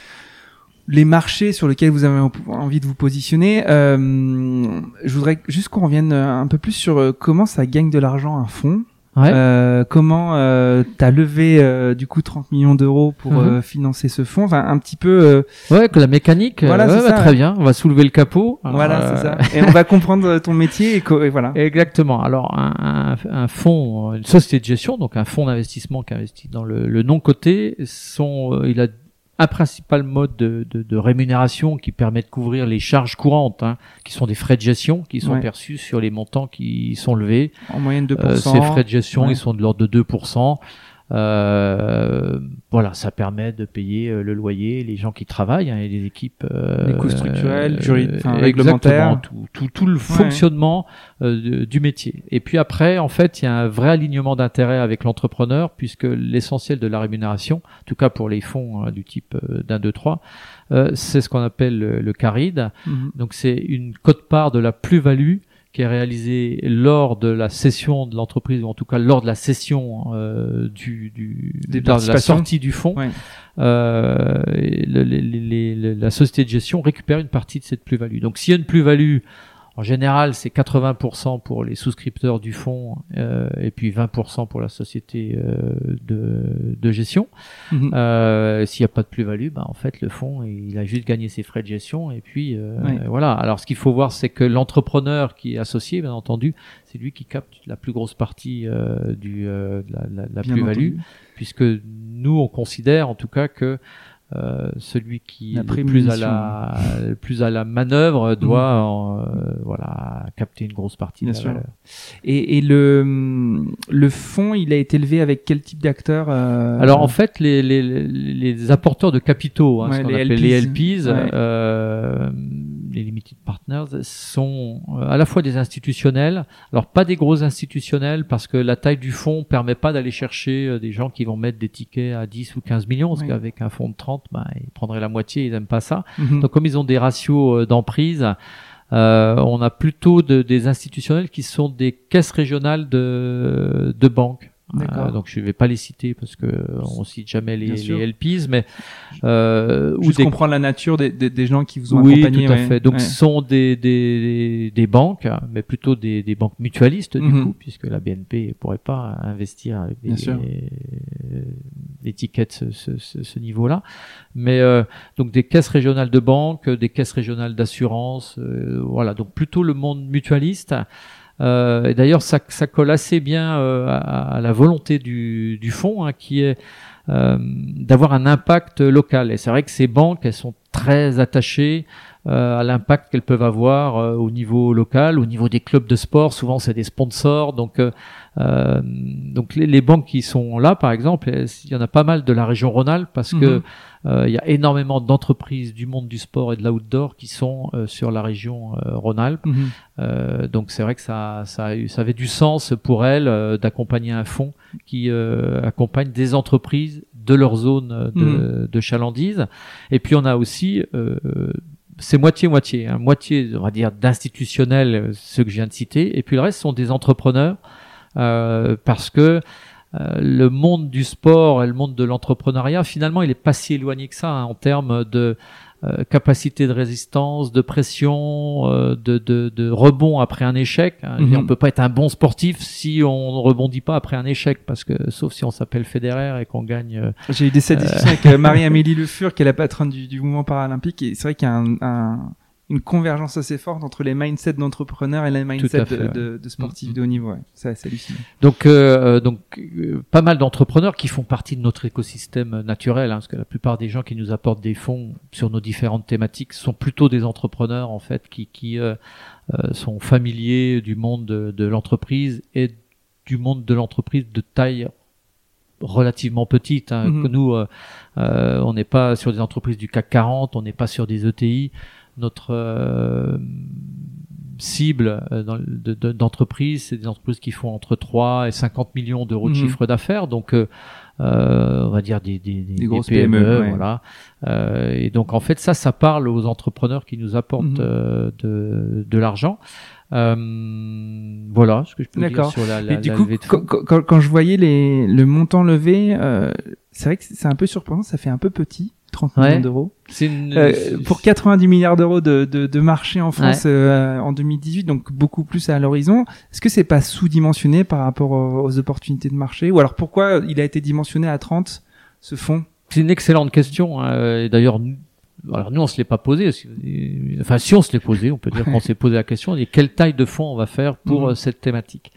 [SPEAKER 1] les marchés sur lesquels vous avez envie de vous positionner. Euh, je voudrais juste qu'on revienne un peu plus sur comment ça gagne de l'argent un fonds. Ouais. Euh, comment euh, t'as levé euh, du coup trente millions d'euros pour mm-hmm. euh, financer ce fonds, enfin un petit peu. Euh...
[SPEAKER 2] Ouais, que la mécanique.
[SPEAKER 1] Voilà,
[SPEAKER 2] ouais,
[SPEAKER 1] c'est
[SPEAKER 2] bah,
[SPEAKER 1] ça,
[SPEAKER 2] très
[SPEAKER 1] ouais.
[SPEAKER 2] bien. On va soulever le capot.
[SPEAKER 1] Voilà,
[SPEAKER 2] euh...
[SPEAKER 1] c'est ça. Et on va comprendre ton métier et, co- et voilà.
[SPEAKER 2] Exactement. Alors un, un, un fonds, une société de gestion, donc un fonds d'investissement qui investit dans le, le non coté, son, euh, il a un principal mode de, de, de rémunération qui permet de couvrir les charges courantes, hein, qui sont des frais de gestion, qui sont ouais. perçus sur les montants qui sont levés.
[SPEAKER 1] En moyenne deux pour cent.
[SPEAKER 2] Euh, ces frais de gestion, ouais. ils sont de l'ordre de deux pour cent. Euh, voilà, ça permet de payer euh, le loyer, les gens qui travaillent, hein, et les équipes. Euh,
[SPEAKER 1] les coûts structurels, juridiques, enfin, réglementaires.
[SPEAKER 2] Tout, tout, tout le ouais. fonctionnement euh, de, du métier. Et puis après, en fait, il y a un vrai alignement d'intérêts avec l'entrepreneur, puisque l'essentiel de la rémunération, en tout cas pour les fonds hein, du type euh, d'un, deux, trois, euh, c'est ce qu'on appelle le, le caride. Mm-hmm. Donc c'est une quote-part de la plus-value qui est réalisé lors de la cession de l'entreprise, ou en tout cas lors de la cession euh, du, du
[SPEAKER 1] Des
[SPEAKER 2] de la
[SPEAKER 1] participations.
[SPEAKER 2] sortie du fonds,
[SPEAKER 1] Ouais.
[SPEAKER 2] euh, et le, les, les, les, la société de gestion récupère une partie de cette plus-value. Donc s'il y a une plus-value, en général, c'est quatre-vingts pour cent pour les souscripteurs du fonds euh, et puis vingt pour cent pour la société euh, de, de gestion.
[SPEAKER 1] Mhm.
[SPEAKER 2] Euh, s'il n'y a pas de plus-value, bah, en fait, le fonds, il a juste gagné ses frais de gestion et puis euh,
[SPEAKER 1] Oui.
[SPEAKER 2] voilà. Alors, ce qu'il faut voir, c'est que l'entrepreneur qui est associé, bien entendu, c'est lui qui capte la plus grosse partie euh, du, euh, de la, la, la
[SPEAKER 1] Bien
[SPEAKER 2] plus-value,
[SPEAKER 1] entendu.
[SPEAKER 2] puisque nous, on considère en tout cas que Euh, celui qui
[SPEAKER 1] La
[SPEAKER 2] est le plus à
[SPEAKER 1] prémonition.
[SPEAKER 2] la le plus à la manœuvre doit en, euh, voilà capter une grosse partie
[SPEAKER 1] Bien
[SPEAKER 2] de la
[SPEAKER 1] sûr.
[SPEAKER 2] valeur.
[SPEAKER 1] Et, et le, le fonds, il a été élevé avec quel type d'acteurs euh...
[SPEAKER 2] Alors en fait les les les apporteurs de capitaux, hein,
[SPEAKER 1] Ouais,
[SPEAKER 2] ce qu'on
[SPEAKER 1] les
[SPEAKER 2] appelle
[SPEAKER 1] L Ps.
[SPEAKER 2] les L Ps,
[SPEAKER 1] Ouais.
[SPEAKER 2] euh, les limited partners, sont à la fois des institutionnels. Alors pas des gros institutionnels parce que la taille du fonds permet pas d'aller chercher des gens qui vont mettre des tickets à dix ou quinze millions, parce
[SPEAKER 1] Ouais.
[SPEAKER 2] qu'avec un fonds de trente, bah, ils prendraient la moitié, ils aiment pas ça.
[SPEAKER 1] Mhm.
[SPEAKER 2] Donc comme ils ont des ratios euh, d'emprise, euh, on a plutôt de, des institutionnels qui sont des caisses régionales de, de banques.
[SPEAKER 1] D'accord.
[SPEAKER 2] Euh, donc je vais pas les citer parce que on cite jamais les,
[SPEAKER 1] Bien sûr.
[SPEAKER 2] les L Ps, mais euh, ou
[SPEAKER 1] Juste
[SPEAKER 2] des
[SPEAKER 1] comprendre la nature des, des, des gens qui vous ont
[SPEAKER 2] oui,
[SPEAKER 1] accompagné.
[SPEAKER 2] tout à
[SPEAKER 1] ouais.
[SPEAKER 2] fait. Donc,
[SPEAKER 1] Ouais.
[SPEAKER 2] ce sont des, des, des banques, mais plutôt des, des banques mutualistes, du
[SPEAKER 1] Mhm.
[SPEAKER 2] coup, puisque la B N P ne pourrait pas investir avec des,
[SPEAKER 1] Bien sûr.
[SPEAKER 2] des tickets ce, ce, ce, ce niveau-là. Mais euh, donc, des caisses régionales de banque, des caisses régionales d'assurance, euh, voilà. Donc, plutôt le monde mutualiste. Euh, et d'ailleurs, ça, ça colle assez bien euh, à, à la volonté du, du fonds, hein, qui est euh, d'avoir un impact local. Et c'est vrai que ces banques, elles sont très attachées euh, à l'impact qu'elles peuvent avoir euh, au niveau local, au niveau des clubs de sport. Souvent, c'est des sponsors. Donc, euh, euh, donc les, les banques qui sont là, par exemple, il y en a pas mal de la région Rhône-Alpes parce
[SPEAKER 1] Mhm.
[SPEAKER 2] que euh, il y a énormément d'entreprises du monde du sport et de l'outdoor qui sont euh, sur la région euh, Rhône-Alpes.
[SPEAKER 1] Mhm.
[SPEAKER 2] Euh, donc c'est vrai que ça, ça, a eu, ça avait du sens pour elles euh, d'accompagner un fonds qui euh, accompagne des entreprises de leur zone de,
[SPEAKER 1] Mhm.
[SPEAKER 2] de chalandise. Et puis on a aussi, euh, c'est moitié-moitié, hein, moitié, on va dire, d'institutionnels, ceux que je viens de citer, et puis le reste sont des entrepreneurs, euh, parce que euh, le monde du sport et le monde de l'entrepreneuriat, finalement, il est pas si éloigné que ça, hein, en termes de euh, capacité de résistance, de pression, euh, de, de, de rebond après un échec. Hein. Je veux dire,
[SPEAKER 1] Mhm.
[SPEAKER 2] on peut pas être un bon sportif si on ne rebondit pas après un échec, parce que sauf si on s'appelle Federer et qu'on gagne. Euh,
[SPEAKER 1] J'ai eu des cette discussion avec euh, Marie-Amélie Le Fur, qui est la patronne du, du mouvement paralympique, et c'est vrai qu'il y a un, un, une convergence assez forte entre les mindsets d'entrepreneurs et les mindsets
[SPEAKER 2] fait,
[SPEAKER 1] de,
[SPEAKER 2] ouais.
[SPEAKER 1] de, de sportifs
[SPEAKER 2] Mhm.
[SPEAKER 1] de haut niveau. Ouais. C'est assez hallucinant.
[SPEAKER 2] Donc, euh, donc euh, pas mal d'entrepreneurs qui font partie de notre écosystème naturel, hein, parce que la plupart des gens qui nous apportent des fonds sur nos différentes thématiques sont plutôt des entrepreneurs en fait qui, qui euh, euh, sont familiers du monde de, de l'entreprise et du monde de l'entreprise de taille relativement petite. Hein,
[SPEAKER 1] Mhm.
[SPEAKER 2] que nous, euh, euh, on n'est pas sur des entreprises du C A C quarante, on n'est pas sur des E T I. Notre euh, cible euh, dans, de, de, d'entreprise, c'est des entreprises qui font entre trois et cinquante millions d'euros de
[SPEAKER 1] Mhm.
[SPEAKER 2] chiffre d'affaires, donc euh, euh, on va dire des, des, des,
[SPEAKER 1] Des grosses
[SPEAKER 2] P M E,
[SPEAKER 1] P M E, ouais.
[SPEAKER 2] voilà. Euh, et donc en fait ça, ça parle aux entrepreneurs qui nous apportent
[SPEAKER 1] Mhm.
[SPEAKER 2] euh, de, de l'argent. Euh, voilà ce que je peux dire
[SPEAKER 1] D'accord.
[SPEAKER 2] sur la, la,
[SPEAKER 1] Et du
[SPEAKER 2] la
[SPEAKER 1] coup,
[SPEAKER 2] levée de
[SPEAKER 1] quand,
[SPEAKER 2] fonds.
[SPEAKER 1] quand, quand- quand je voyais les, le montant levé, euh, c'est vrai que c'est un peu surprenant, ça fait un peu petit, trente
[SPEAKER 2] Ouais.
[SPEAKER 1] millions d'euros.
[SPEAKER 2] C'est une,
[SPEAKER 1] Euh, pour quatre-vingt-dix milliards d'euros de, de, de marché en France
[SPEAKER 2] Ouais.
[SPEAKER 1] euh, en deux mille dix-huit, donc beaucoup plus à l'horizon. Est-ce que c'est pas sous-dimensionné par rapport aux, aux opportunités de marché, ou alors pourquoi il a été dimensionné à trente, ce fonds?
[SPEAKER 2] C'est une excellente question. Hein. Et d'ailleurs, nous, alors nous, on se l'est pas posé. Enfin, si on se l'est posé, on peut dire qu'on s'est posé la question. Et quelle taille de fonds on va faire pour
[SPEAKER 1] Mhm.
[SPEAKER 2] euh, cette thématique?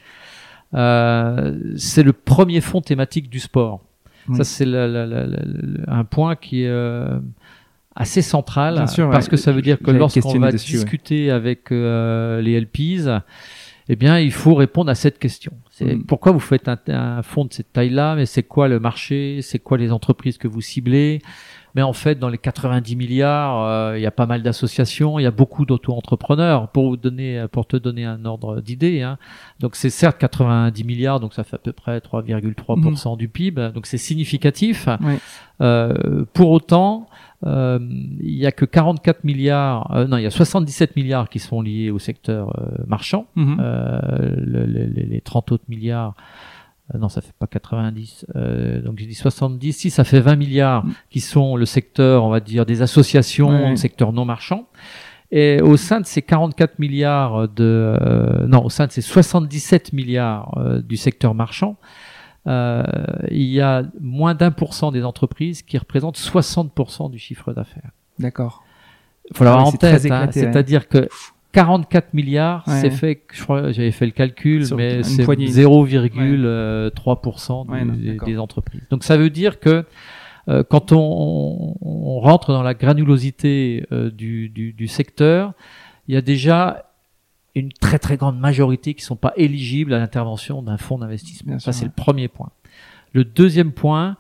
[SPEAKER 2] Euh, c'est le premier fonds thématique du sport.
[SPEAKER 1] Oui.
[SPEAKER 2] Ça, c'est la, la, la, la, un point qui est euh, assez central,
[SPEAKER 1] Bien sûr,
[SPEAKER 2] parce
[SPEAKER 1] ouais.
[SPEAKER 2] que ça veut dire que
[SPEAKER 1] J'allais
[SPEAKER 2] lorsqu'on
[SPEAKER 1] questionner
[SPEAKER 2] va
[SPEAKER 1] dessus, ouais.
[SPEAKER 2] discuter avec euh, les L Ps, eh bien, il faut répondre à cette question. C'est
[SPEAKER 1] Mhm.
[SPEAKER 2] pourquoi vous faites un, un fonds de cette taille-là, mais c'est quoi le marché, c'est quoi les entreprises que vous ciblez? Mais en fait, dans les quatre-vingt-dix milliards, euh, il y a pas mal d'associations, il y a beaucoup d'auto-entrepreneurs. Pour vous donner, pour te donner un ordre d'idée, hein. Donc c'est certes quatre-vingt-dix milliards, donc ça fait à peu près trois virgule trois pour cent
[SPEAKER 1] Mhm.
[SPEAKER 2] du P I B, donc c'est significatif.
[SPEAKER 1] Ouais.
[SPEAKER 2] Euh, pour autant, Euh, il y a que quarante-quatre milliards, euh, non, il y a soixante-dix-sept milliards qui sont liés au secteur euh, marchand.
[SPEAKER 1] Mm-hmm.
[SPEAKER 2] Euh, le, le, les trente autres milliards, euh, non, ça fait pas quatre-vingt-dix. Euh, donc j'ai dit soixante-dix. Si, ça fait vingt milliards mm. qui sont le secteur, on va dire, des associations,
[SPEAKER 1] ouais.
[SPEAKER 2] le secteur non marchand. Et au sein de ces quarante-quatre milliards de, euh, non, au sein de ces soixante-dix-sept milliards euh, du secteur marchand, euh, il y a moins d'un pour cent des entreprises qui représentent soixante pour cent du chiffre d'affaires.
[SPEAKER 1] D'accord.
[SPEAKER 2] Il faut l'avoir
[SPEAKER 1] ah,
[SPEAKER 2] en tête, hein, c'est-à-dire
[SPEAKER 1] ouais.
[SPEAKER 2] que quarante-quatre milliards,
[SPEAKER 1] ouais.
[SPEAKER 2] c'est fait, je crois, j'avais fait le calcul, sur mais c'est zéro virgule trois pour cent ouais. du, ouais, non, des, des entreprises. Donc ça veut dire que euh, quand on, on rentre dans la granulosité euh, du, du, du secteur, il y a déjà une très très grande majorité qui sont pas éligibles à l'intervention d'un fonds d'investissement. Bien Ça, sûr, c'est ouais. le premier point. Le deuxième point,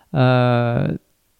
[SPEAKER 2] euh,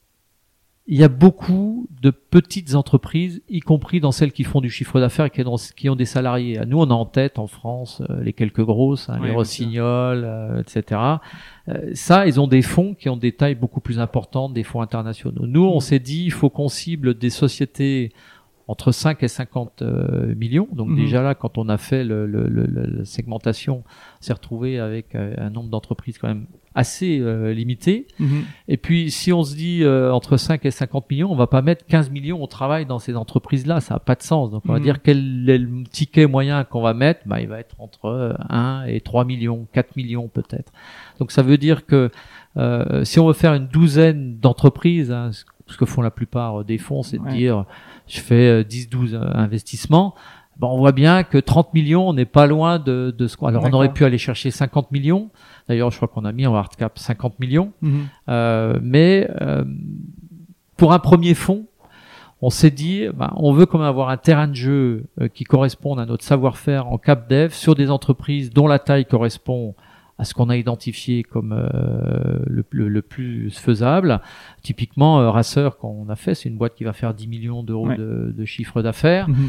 [SPEAKER 2] il y a beaucoup de petites entreprises, y compris dans celles qui font du chiffre d'affaires et qui ont, qui ont des salariés. Nous, on a en tête en France euh, les quelques grosses, hein, oui, les Rossignol, euh, et cetera. Euh, ça, ils ont des fonds qui ont des tailles beaucoup plus importantes, des fonds internationaux. Nous, on mmh. s'est dit, il faut qu'on cible des sociétés entre cinq et cinquante euh, millions. Donc mmh. déjà là, quand on a fait le, le, le, la segmentation, on s'est retrouvé avec euh, un nombre d'entreprises quand même assez euh, limité. Mmh. Et puis, si on se dit euh, entre cinq et cinquante millions, on va pas mettre quinze millions au travail dans ces entreprises-là. Ça n'a pas de sens. Donc, on va mmh. dire quel est le ticket moyen qu'on va mettre. Bah, il va être entre un et trois millions, quatre millions peut-être. Donc, ça veut dire que euh, si on veut faire une douzaine d'entreprises, hein, ce que font la plupart des fonds, c'est ouais. de dire je fais dix douze investissements. Ben, on voit bien que trente millions, on n'est pas loin de, de ce qu'on... Alors, D'accord. on aurait pu aller chercher cinquante millions. D'ailleurs, je crois qu'on a mis en hard cap cinquante millions. Mm-hmm. Euh, mais euh, pour un premier fonds, on s'est dit, ben, on veut quand même avoir un terrain de jeu euh, qui corresponde à notre savoir-faire en cap dev sur des entreprises dont la taille correspond à ce qu'on a identifié comme euh, le, le, le plus faisable. Typiquement, euh, Racer, qu'on a fait, c'est une boîte qui va faire dix millions d'euros ouais. de, de chiffre d'affaires. Mm-hmm.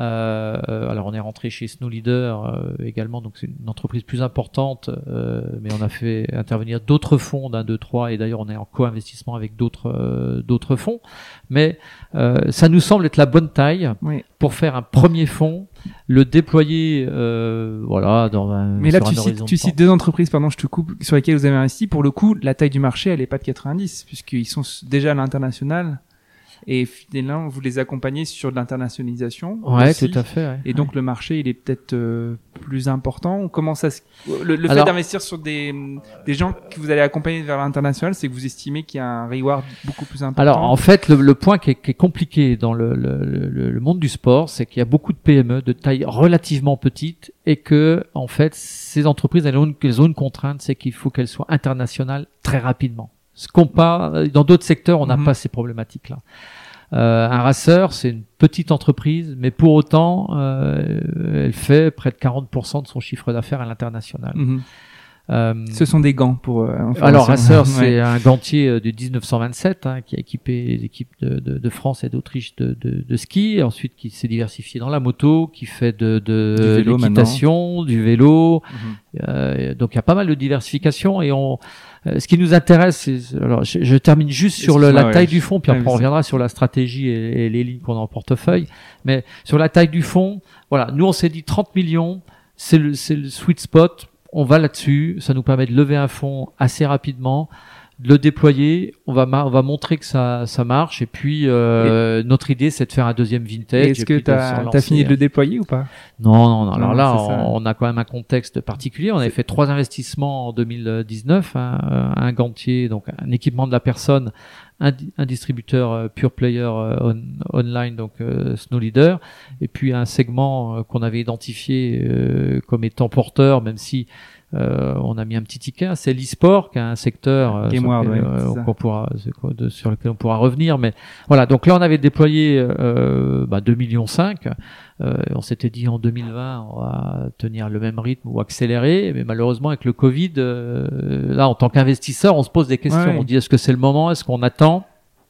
[SPEAKER 2] Euh, alors on est rentré chez Snow Leader euh, également, donc c'est une entreprise plus importante, euh, mais on a fait intervenir d'autres fonds d'un, deux, trois, et d'ailleurs on est en co-investissement avec d'autres euh, d'autres fonds. Mais euh, ça nous semble être la bonne taille oui. pour faire un premier fonds, le déployer, euh, voilà, dans un.
[SPEAKER 1] Mais là tu cites, tu cites deux entreprises, pardon, je te coupe, sur lesquelles vous avez investi. Pour le coup, la taille du marché, elle est pas de quatre-vingt-dix, puisqu'ils sont déjà à l'international. Et finalement, vous les accompagnez sur de l'internationalisation.
[SPEAKER 2] Ouais,
[SPEAKER 1] aussi.
[SPEAKER 2] tout à fait. Ouais.
[SPEAKER 1] Et donc, ouais. le marché, il est peut-être euh, plus important. Comment ça se... Le, le
[SPEAKER 2] Alors,
[SPEAKER 1] fait d'investir sur des, des gens que vous allez accompagner vers l'international, c'est que vous estimez qu'il y a un reward beaucoup plus important.
[SPEAKER 2] Alors, en fait, le, le point qui est, qui est compliqué dans le, le, le, le monde du sport, c'est qu'il y a beaucoup de P M E de taille relativement petite et que, en fait, ces entreprises, elles ont une, elles ont une contrainte, c'est qu'il faut qu'elles soient internationales très rapidement. Ce qu'on pas dans d'autres secteurs, on n'a mm-hmm. pas ces problématiques-là. Euh, un Racer, c'est une petite entreprise, mais pour autant, euh, elle fait près de quarante pour cent de son chiffre d'affaires à l'international.
[SPEAKER 1] Mm-hmm. Euh, Ce sont des gants pour. Euh,
[SPEAKER 2] alors Racer, ouais. c'est un gantier de dix-neuf cent vingt-sept hein, qui a équipé les équipes de, de, de France et d'Autriche de, de, de ski, et ensuite qui s'est diversifié dans la moto, qui fait de, de l'équitation, du vélo. Mm-hmm. Euh, donc il y a pas mal de diversification et on. Ce qui nous intéresse, c'est, alors je, je termine juste sur le, la ouais, taille ouais, du fonds, puis après ouais, on reviendra sur la stratégie et, et les lignes qu'on a en portefeuille. Mais sur la taille du fonds, voilà, nous on s'est dit trente millions, c'est le, c'est le sweet spot. On va là-dessus, ça nous permet de lever un fonds assez rapidement, de le déployer. On va, on va montrer que ça, ça marche. Et puis euh, et notre idée, c'est de faire un deuxième vintage.
[SPEAKER 1] Est-ce que t'as, t'as fini de le déployer ou pas?
[SPEAKER 2] Non, non, non. Alors non, là, on, on a quand même un contexte particulier. On avait fait trois investissements en deux mille dix-neuf, hein, un gantier, donc un équipement de la personne, un, un distributeur euh, pure player euh, on, online, donc euh, Snow Leader, et puis un segment euh, qu'on avait identifié euh, comme étant porteur, même si Euh, on a mis un petit ticket, c'est l'e-sport, qui est un secteur euh, sur,
[SPEAKER 1] World,
[SPEAKER 2] lequel,
[SPEAKER 1] ouais,
[SPEAKER 2] euh, on pourra, quoi, de, sur lequel on pourra revenir. Mais voilà, donc là on avait déployé euh, bah, deux virgule cinq millions. Euh, on s'était dit en deux mille vingt on va tenir le même rythme ou accélérer, mais malheureusement avec le Covid, euh, là en tant qu'investisseur, on se pose des questions. Ouais, ouais. On dit est-ce que c'est le moment, est-ce qu'on attend?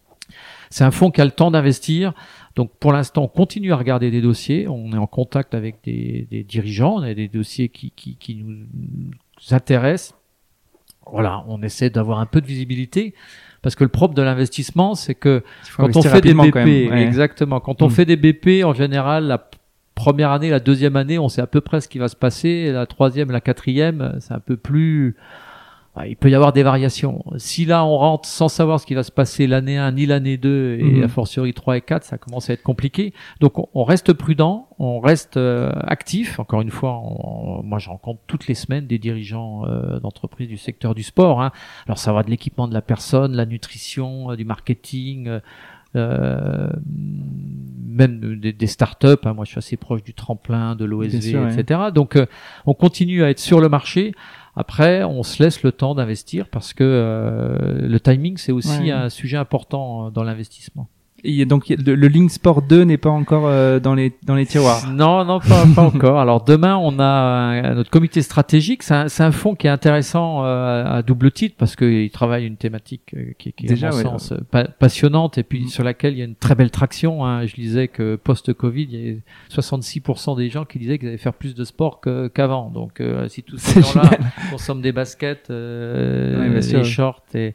[SPEAKER 2] C'est un fonds qui a le temps d'investir. Donc pour l'instant, on continue à regarder des dossiers. On est en contact avec des, des dirigeants. On a des dossiers qui, qui, qui nous intéressent. Voilà, on essaie d'avoir un peu de visibilité Parce que le propre de l'investissement, c'est que quand on
[SPEAKER 1] investir
[SPEAKER 2] fait des
[SPEAKER 1] rapidement,
[SPEAKER 2] B P,
[SPEAKER 1] quand même. Ouais.
[SPEAKER 2] exactement, quand on
[SPEAKER 1] Mm.
[SPEAKER 2] fait des B P, en général, la première année, la deuxième année, on sait à peu près ce qui va se passer. Et la troisième, la quatrième, c'est un peu plus... Il peut y avoir des variations. Si là, on rentre sans savoir ce qui va se passer l'année un, ni l'année deux, et
[SPEAKER 1] Mhm.
[SPEAKER 2] a fortiori trois et quatre, ça commence à être compliqué. Donc, on, on reste prudent, on reste euh, actif. Encore une fois, on, moi, je rencontre toutes les semaines des dirigeants euh, d'entreprises du secteur du sport. Hein. Alors, ça va de l'équipement de la personne, la nutrition, euh, du marketing, euh, euh, même des, des startups. Hein. Moi, je suis assez proche du tremplin, de l'O S V,
[SPEAKER 1] Bien sûr,
[SPEAKER 2] et cetera. Ouais. Donc, euh, on continue à être sur le marché. Après, on se laisse le temps d'investir parce que euh, le timing, c'est aussi
[SPEAKER 1] ouais.
[SPEAKER 2] un sujet important dans l'investissement.
[SPEAKER 1] Et donc le, le Link Sport deux n'est pas encore euh, dans les dans les tiroirs.
[SPEAKER 2] Non, non, pas, pas encore. Alors demain, on a un, notre comité stratégique. C'est un, c'est un fonds qui est intéressant euh, à double titre parce qu'il travaille une thématique euh, qui, qui est
[SPEAKER 1] Déjà,
[SPEAKER 2] à mon
[SPEAKER 1] ouais,
[SPEAKER 2] sens ouais. Pa- passionnante et puis
[SPEAKER 1] Mmh.
[SPEAKER 2] sur laquelle il y a une très belle traction. Hein. Je disais que post-Covid, il y a soixante-six pour cent des gens qui disaient qu'ils allaient faire plus de sport que, qu'avant. Donc euh, si tous ces gens-là consomment des baskets, euh,
[SPEAKER 1] ouais,
[SPEAKER 2] des shorts et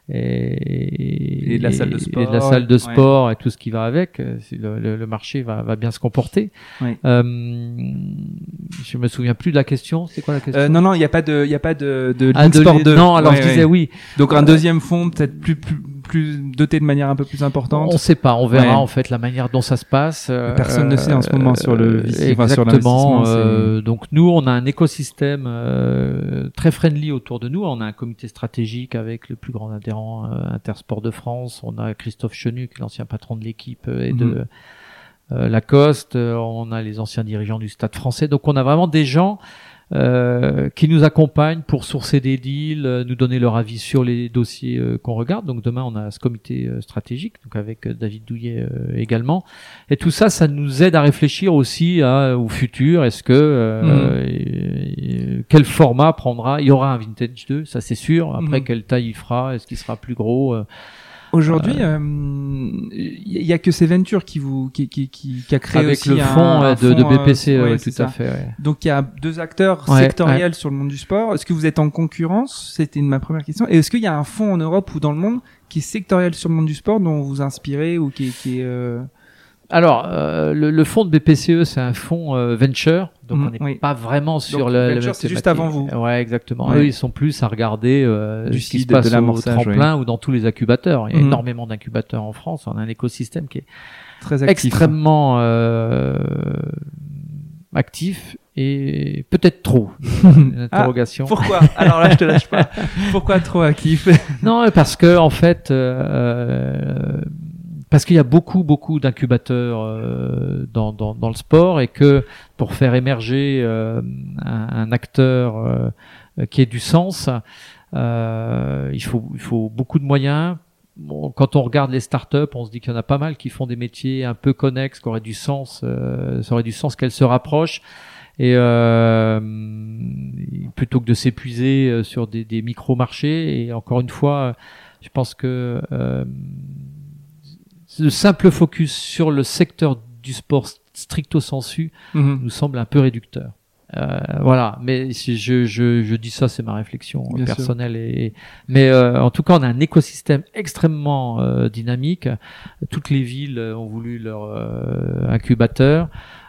[SPEAKER 2] Et,
[SPEAKER 1] et de la salle de sport,
[SPEAKER 2] et de la salle de sport
[SPEAKER 1] ouais.
[SPEAKER 2] et tout ce qui va avec, le, le, le marché va, va bien se comporter.
[SPEAKER 1] Ouais.
[SPEAKER 2] Euh, je me souviens plus de la question. C'est quoi la question?
[SPEAKER 1] euh, Non, non, il y a pas de, il y a pas de, de
[SPEAKER 2] ah,
[SPEAKER 1] Link
[SPEAKER 2] de,
[SPEAKER 1] Sport deux.
[SPEAKER 2] Non, alors
[SPEAKER 1] ouais,
[SPEAKER 2] je disais
[SPEAKER 1] ouais.
[SPEAKER 2] oui.
[SPEAKER 1] Donc un deuxième fonds peut-être plus, plus, plus doté de manière un peu plus importante.
[SPEAKER 2] On sait pas, on verra
[SPEAKER 1] ouais.
[SPEAKER 2] en fait la manière dont ça se passe.
[SPEAKER 1] Personne
[SPEAKER 2] euh,
[SPEAKER 1] ne sait en ce moment sur le V C,
[SPEAKER 2] exactement.
[SPEAKER 1] enfin, sur l'investissement.
[SPEAKER 2] Euh, donc nous, on a un écosystème euh, très friendly autour de nous. On a un comité stratégique avec le plus grand adhérent euh, Intersport de France. On a Christophe Chenu, qui est l'ancien patron de l'équipe euh, et de mmh. euh, Lacoste. On a les anciens dirigeants du Stade Français. Donc on a vraiment des gens Euh, qui nous accompagnent pour sourcer des deals, euh, nous donner leur avis sur les dossiers euh, qu'on regarde. Donc demain, on a ce comité euh, stratégique, donc avec euh, David Douillet euh, également. Et tout ça, ça nous aide à réfléchir aussi à, au futur. Est-ce que euh, mmh. et, et, quel format prendra? Il y aura un Vintage deux, ça c'est sûr. Après, mmh. quelle taille il fera? Est-ce qu'il sera plus gros? euh,
[SPEAKER 1] Aujourd'hui, il euh, euh, y a que ces ventures qui vous qui qui qui, qui a créé
[SPEAKER 2] avec
[SPEAKER 1] aussi
[SPEAKER 2] le
[SPEAKER 1] un,
[SPEAKER 2] fonds
[SPEAKER 1] un
[SPEAKER 2] de,
[SPEAKER 1] fonds,
[SPEAKER 2] de B P C,
[SPEAKER 1] euh,
[SPEAKER 2] ouais,
[SPEAKER 1] ouais,
[SPEAKER 2] tout
[SPEAKER 1] ça.
[SPEAKER 2] à fait. Ouais.
[SPEAKER 1] Donc il y a deux acteurs
[SPEAKER 2] ouais,
[SPEAKER 1] sectoriels
[SPEAKER 2] ouais.
[SPEAKER 1] sur le monde du sport. Est-ce que vous êtes en concurrence? C'était ma première question. Et est-ce qu'il y a un fonds en Europe ou dans le monde qui est sectoriel sur le monde du sport dont vous vous inspirez ou qui, qui est euh...
[SPEAKER 2] Alors, euh, le, le fonds de B P C E, c'est un fonds euh, venture, donc mmh, on n'est oui. pas vraiment sur
[SPEAKER 1] donc,
[SPEAKER 2] le...
[SPEAKER 1] venture,
[SPEAKER 2] le
[SPEAKER 1] c'est juste avant vous.
[SPEAKER 2] Ouais, exactement.
[SPEAKER 1] Ouais.
[SPEAKER 2] Eux, ils sont plus à regarder euh,
[SPEAKER 1] du
[SPEAKER 2] ce qui se passe
[SPEAKER 1] de
[SPEAKER 2] au tremplin
[SPEAKER 1] ouais.
[SPEAKER 2] ou dans tous les incubateurs. Il y a mmh. énormément d'incubateurs en France. On a un écosystème qui est
[SPEAKER 1] très actif,
[SPEAKER 2] extrêmement euh, actif et peut-être trop. Une interrogation.
[SPEAKER 1] Ah, pourquoi? Alors là, je te lâche pas. Pourquoi trop actif?
[SPEAKER 2] Non, parce que en fait... Euh, Parce qu'il y a beaucoup, beaucoup d'incubateurs euh, dans, dans, dans le sport et que pour faire émerger euh, un, un acteur euh, qui ait du sens, euh, il faut, il faut beaucoup de moyens. Bon, quand on regarde les startups, on se dit qu'il y en a pas mal qui font des métiers un peu connexes, qui auraient du sens, euh, ça aurait du sens qu'elles se rapprochent. Et euh, plutôt que de s'épuiser sur des, des micro-marchés. Et encore une fois, je pense que euh, le simple focus sur le secteur du sport stricto sensu mmh. nous semble un peu réducteur. Euh, voilà, mais je, je, je dis ça, c'est ma réflexion Bien personnelle. Et, mais euh, en tout cas, on a un écosystème extrêmement euh, dynamique. Toutes les villes ont voulu leur euh, incubateur.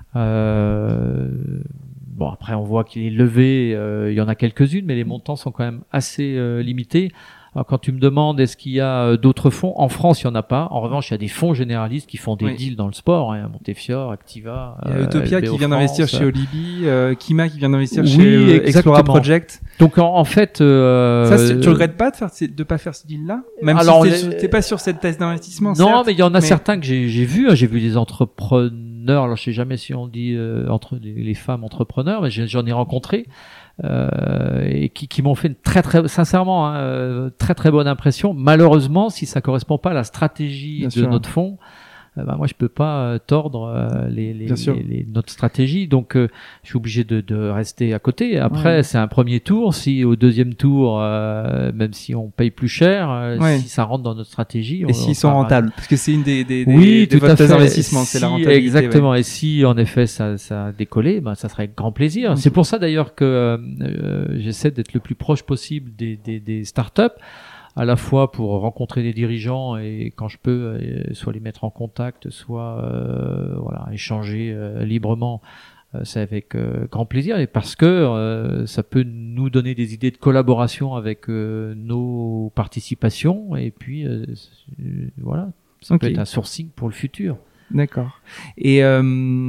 [SPEAKER 2] Euh, bon, après, on voit qu'il est levé. Euh, il y en a quelques-unes, mais les montants sont quand même assez euh, limités. Alors, quand tu me demandes est-ce qu'il y a d'autres fonds, en France, il y en a pas. En revanche, il y a des fonds généralistes qui font des oui. deals dans le sport, hein, Montefiore, Activa.
[SPEAKER 1] Il y a euh, Utopia qui vient
[SPEAKER 2] France,
[SPEAKER 1] d'investir chez Olibi, euh, Kima qui vient d'investir
[SPEAKER 2] oui,
[SPEAKER 1] chez euh, Explora Project.
[SPEAKER 2] Donc en, en fait, euh,
[SPEAKER 1] ça, tu regrettes pas de faire de pas faire ce deal-là, même alors, si t'es, les... t'es pas sur cette thèse d'investissement.
[SPEAKER 2] Non,
[SPEAKER 1] certes,
[SPEAKER 2] mais il y en a
[SPEAKER 1] mais...
[SPEAKER 2] certains que j'ai, j'ai vu. J'ai vu des entrepreneurs. Alors je sais jamais si on dit euh, entre les, les femmes entrepreneurs, mais j'en ai rencontré. Euh, et qui, qui m'ont fait une très très sincèrement hein, euh, très très bonne impression. Malheureusement, si ça correspond pas à la stratégie Bien de sûr. notre fonds, euh, bah, moi je peux pas euh, tordre euh, les, les, les, les notre stratégie, donc euh, je suis obligé de, de rester à côté. Après, ouais. c'est un premier tour. Si au deuxième tour, euh, même si on paye plus cher, euh, ouais. si ça rentre dans notre stratégie,
[SPEAKER 1] et s'ils sont rentables, parce que c'est une des des,
[SPEAKER 2] oui,
[SPEAKER 1] des,
[SPEAKER 2] tout
[SPEAKER 1] des
[SPEAKER 2] à fait.
[SPEAKER 1] investissements, si, c'est la rentabilité.
[SPEAKER 2] Exactement.
[SPEAKER 1] Ouais.
[SPEAKER 2] Et si en effet ça ça a décollé, bah ça serait avec grand plaisir. Okay. C'est pour ça d'ailleurs que euh, j'essaie d'être le plus proche possible des des, des startups. à la fois pour rencontrer des dirigeants et quand je peux, euh, soit les mettre en contact, soit euh, voilà, échanger euh, librement. Euh, c'est avec euh, grand plaisir et parce que euh, ça peut nous donner des idées de collaboration avec euh, nos participations et puis euh, voilà, ça
[SPEAKER 1] okay.
[SPEAKER 2] peut être un sourcing pour le futur.
[SPEAKER 1] D'accord. Et euh,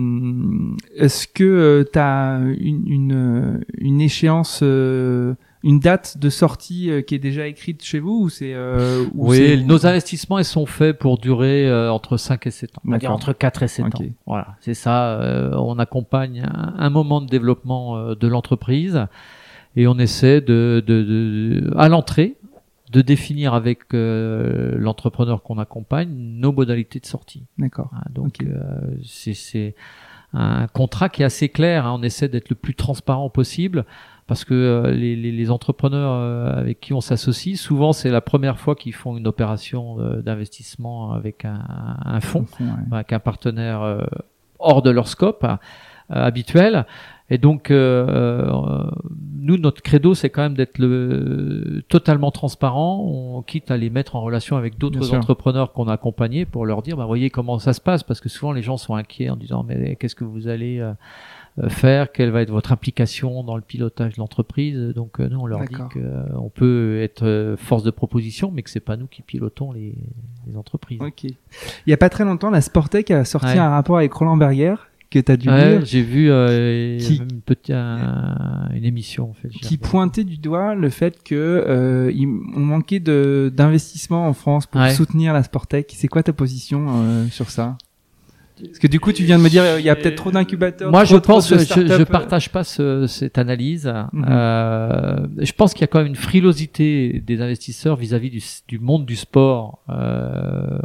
[SPEAKER 1] est-ce que euh, tu as une, une, une échéance, euh, une date de sortie euh, qui est déjà écrite chez vous ou c'est euh, ou
[SPEAKER 2] Oui,
[SPEAKER 1] c'est...
[SPEAKER 2] nos investissements ils sont faits pour durer euh, entre cinq et sept ans. On va dire entre quatre et sept
[SPEAKER 1] okay.
[SPEAKER 2] ans. Voilà, c'est ça. Euh, on accompagne un, un moment de développement euh, de l'entreprise et on essaie de, de, de à l'entrée de définir avec euh, l'entrepreneur qu'on accompagne nos modalités de sortie.
[SPEAKER 1] D'accord.
[SPEAKER 2] Ah, donc
[SPEAKER 1] okay.
[SPEAKER 2] euh, c'est, c'est un contrat qui est assez clair. Hein. On essaie d'être le plus transparent possible parce que euh, les, les, les entrepreneurs euh, avec qui on s'associe, souvent c'est la première fois qu'ils font une opération euh, d'investissement avec un, un fonds,
[SPEAKER 1] ouais.
[SPEAKER 2] avec un partenaire euh, hors de leur scope euh, habituel. Et donc, euh, nous, notre credo, c'est quand même d'être le, totalement transparent. On quitte à les mettre en relation avec d'autres entrepreneurs qu'on a accompagnés pour leur dire, bah, voyez comment ça se passe, parce que souvent les gens sont inquiets en disant, mais qu'est-ce que vous allez euh, faire, quelle va être votre implication dans le pilotage de l'entreprise. Donc, euh, nous, on leur D'accord. dit qu'on peut être force de proposition, mais que c'est pas nous qui pilotons les, les entreprises.
[SPEAKER 1] Ok. Il y a pas très longtemps, la Sportec a sorti ouais. un rapport avec Roland Berger. Que t'as dû
[SPEAKER 2] ouais,
[SPEAKER 1] lire,
[SPEAKER 2] j'ai vu euh, qui, une, petite, un, une émission en fait,
[SPEAKER 1] qui pointait du doigt le fait que euh, il, on manquait de d'investissement en France pour ouais. soutenir la Sportec. C'est quoi ta position euh, sur ça? Parce que du coup, tu viens de me dire il y a peut-être trop d'incubateurs.
[SPEAKER 2] Moi,
[SPEAKER 1] trop,
[SPEAKER 2] je pense,
[SPEAKER 1] trop de
[SPEAKER 2] je, je partage pas ce, cette analyse. Mm-hmm. Euh, je pense qu'il y a quand même une frilosité des investisseurs vis-à-vis du, du monde du sport. Euh,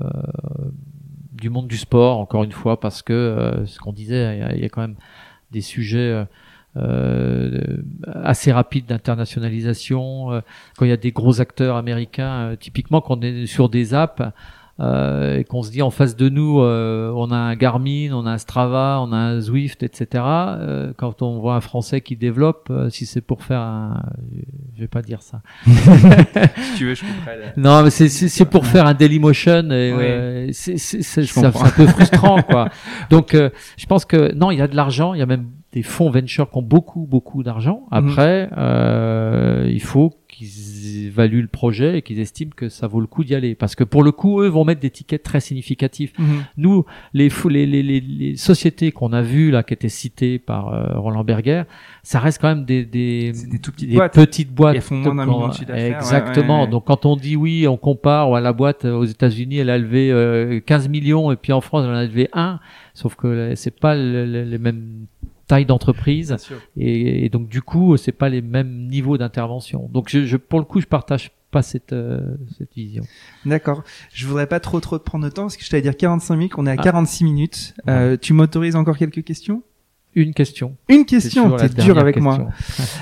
[SPEAKER 2] du monde du sport, encore une fois, parce que euh, ce qu'on disait, il y, a, il y a quand même des sujets euh, assez rapides d'internationalisation. Euh, quand il y a des gros acteurs américains, euh, typiquement quand on est sur des apps euh, et qu'on se dit en face de nous, euh, on a un Garmin, on a un Strava, on a un Zwift, et cetera. Euh, quand on voit un Français qui développe, euh, si c'est pour faire un, je vais pas dire ça.
[SPEAKER 1] Si tu veux, je comprends.
[SPEAKER 2] Non, mais c'est c'est, c'est pour faire un Dailymotion. Et, ouais. euh, c'est c'est c'est, ça, c'est un peu frustrant, quoi. Donc, euh, je pense que non, il y a de l'argent, il y a même des fonds venture qui ont beaucoup beaucoup d'argent. Après, mmh. euh, il faut qu'ils évaluent le projet et qu'ils estiment que ça vaut le coup d'y aller, parce que pour le coup, eux vont mettre des tickets très significatifs. Mmh. Nous, les, les les les les sociétés qu'on a vues là, qui étaient citées par euh, Roland Berger, ça reste quand même des des,
[SPEAKER 1] des, tout petites,
[SPEAKER 2] des
[SPEAKER 1] boîtes.
[SPEAKER 2] petites boîtes.
[SPEAKER 1] Elles font moins d'un million de chiffre d'affaires.
[SPEAKER 2] Exactement.
[SPEAKER 1] Ouais, ouais, ouais.
[SPEAKER 2] Donc quand on dit oui, on compare, ouais, la boîte aux États-Unis, elle a levé euh, quinze millions et puis en France, elle en a levé un. Sauf que c'est pas le, le, les mêmes taille d'entreprise et, et donc du coup c'est pas les mêmes niveaux d'intervention. Donc je, je pour le coup je partage pas cette euh, cette vision.
[SPEAKER 1] D'accord. Je voudrais pas trop trop te prendre de temps parce que je t'allais dire quarante-cinq minutes, on est à ah. quarante-six minutes. Euh, tu m'autorises encore quelques questions?
[SPEAKER 2] Une question.
[SPEAKER 1] Une question. T'es dur avec question. moi.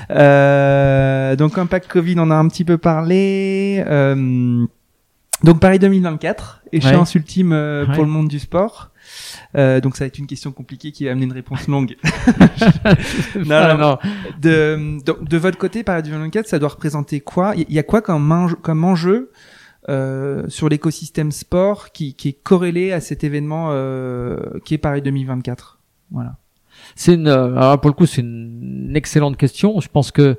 [SPEAKER 1] euh, donc impact Covid, on a un petit peu parlé. Euh, donc Paris deux mille vingt-quatre, échéance ouais. ultime euh, ouais. pour le monde du sport. Euh, donc ça va être une question compliquée qui va amener une réponse longue. non, non, non. De, de, de votre côté, Paris deux mille vingt-quatre, ça doit représenter quoi? Il y a quoi comme enjeu, comme enjeu euh, sur l'écosystème sport qui, qui est corrélé à cet événement euh, qui est Paris deux mille vingt-quatre? Voilà.
[SPEAKER 2] C'est une, alors pour le coup, c'est une excellente question. Je pense que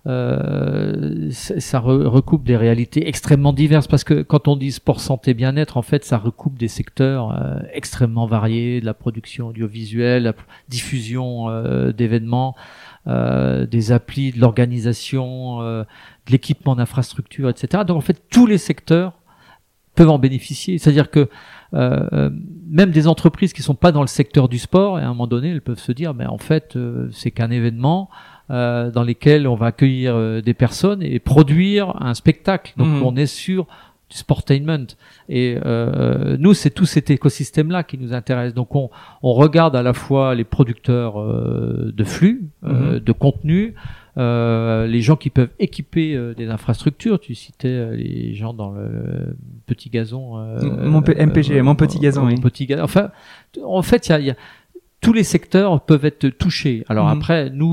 [SPEAKER 2] euh, ça re- recoupe des réalités extrêmement diverses, parce que quand on dit sport, santé, bien-être, en fait, ça recoupe des secteurs euh, extrêmement variés, de la production audiovisuelle, la diffusion euh, d'événements, euh, des applis, de l'organisation, euh, de l'équipement d'infrastructures, et cetera. Donc en fait, tous les secteurs peuvent en bénéficier. C'est-à-dire que euh, même des entreprises qui sont pas dans le secteur du sport, et à un moment donné, elles peuvent se dire, mais en fait, euh, c'est qu'un événement euh, dans lequel on va accueillir euh, des personnes et produire un spectacle. Donc, mmh. on est sur du sportainment. Et euh, nous, c'est tout cet écosystème-là qui nous intéresse. Donc, on, on regarde à la fois les producteurs euh, de flux, euh, mmh. de contenu, Euh, les gens qui peuvent équiper euh, des infrastructures. Tu citais euh, les gens dans le, le petit gazon. Euh,
[SPEAKER 1] mon P- M P G, euh, mon petit gazon.
[SPEAKER 2] Mon
[SPEAKER 1] oui.
[SPEAKER 2] petit gazon. Enfin, en fait, il y a, y a tous les secteurs peuvent être touchés. Alors mmh. après, nous,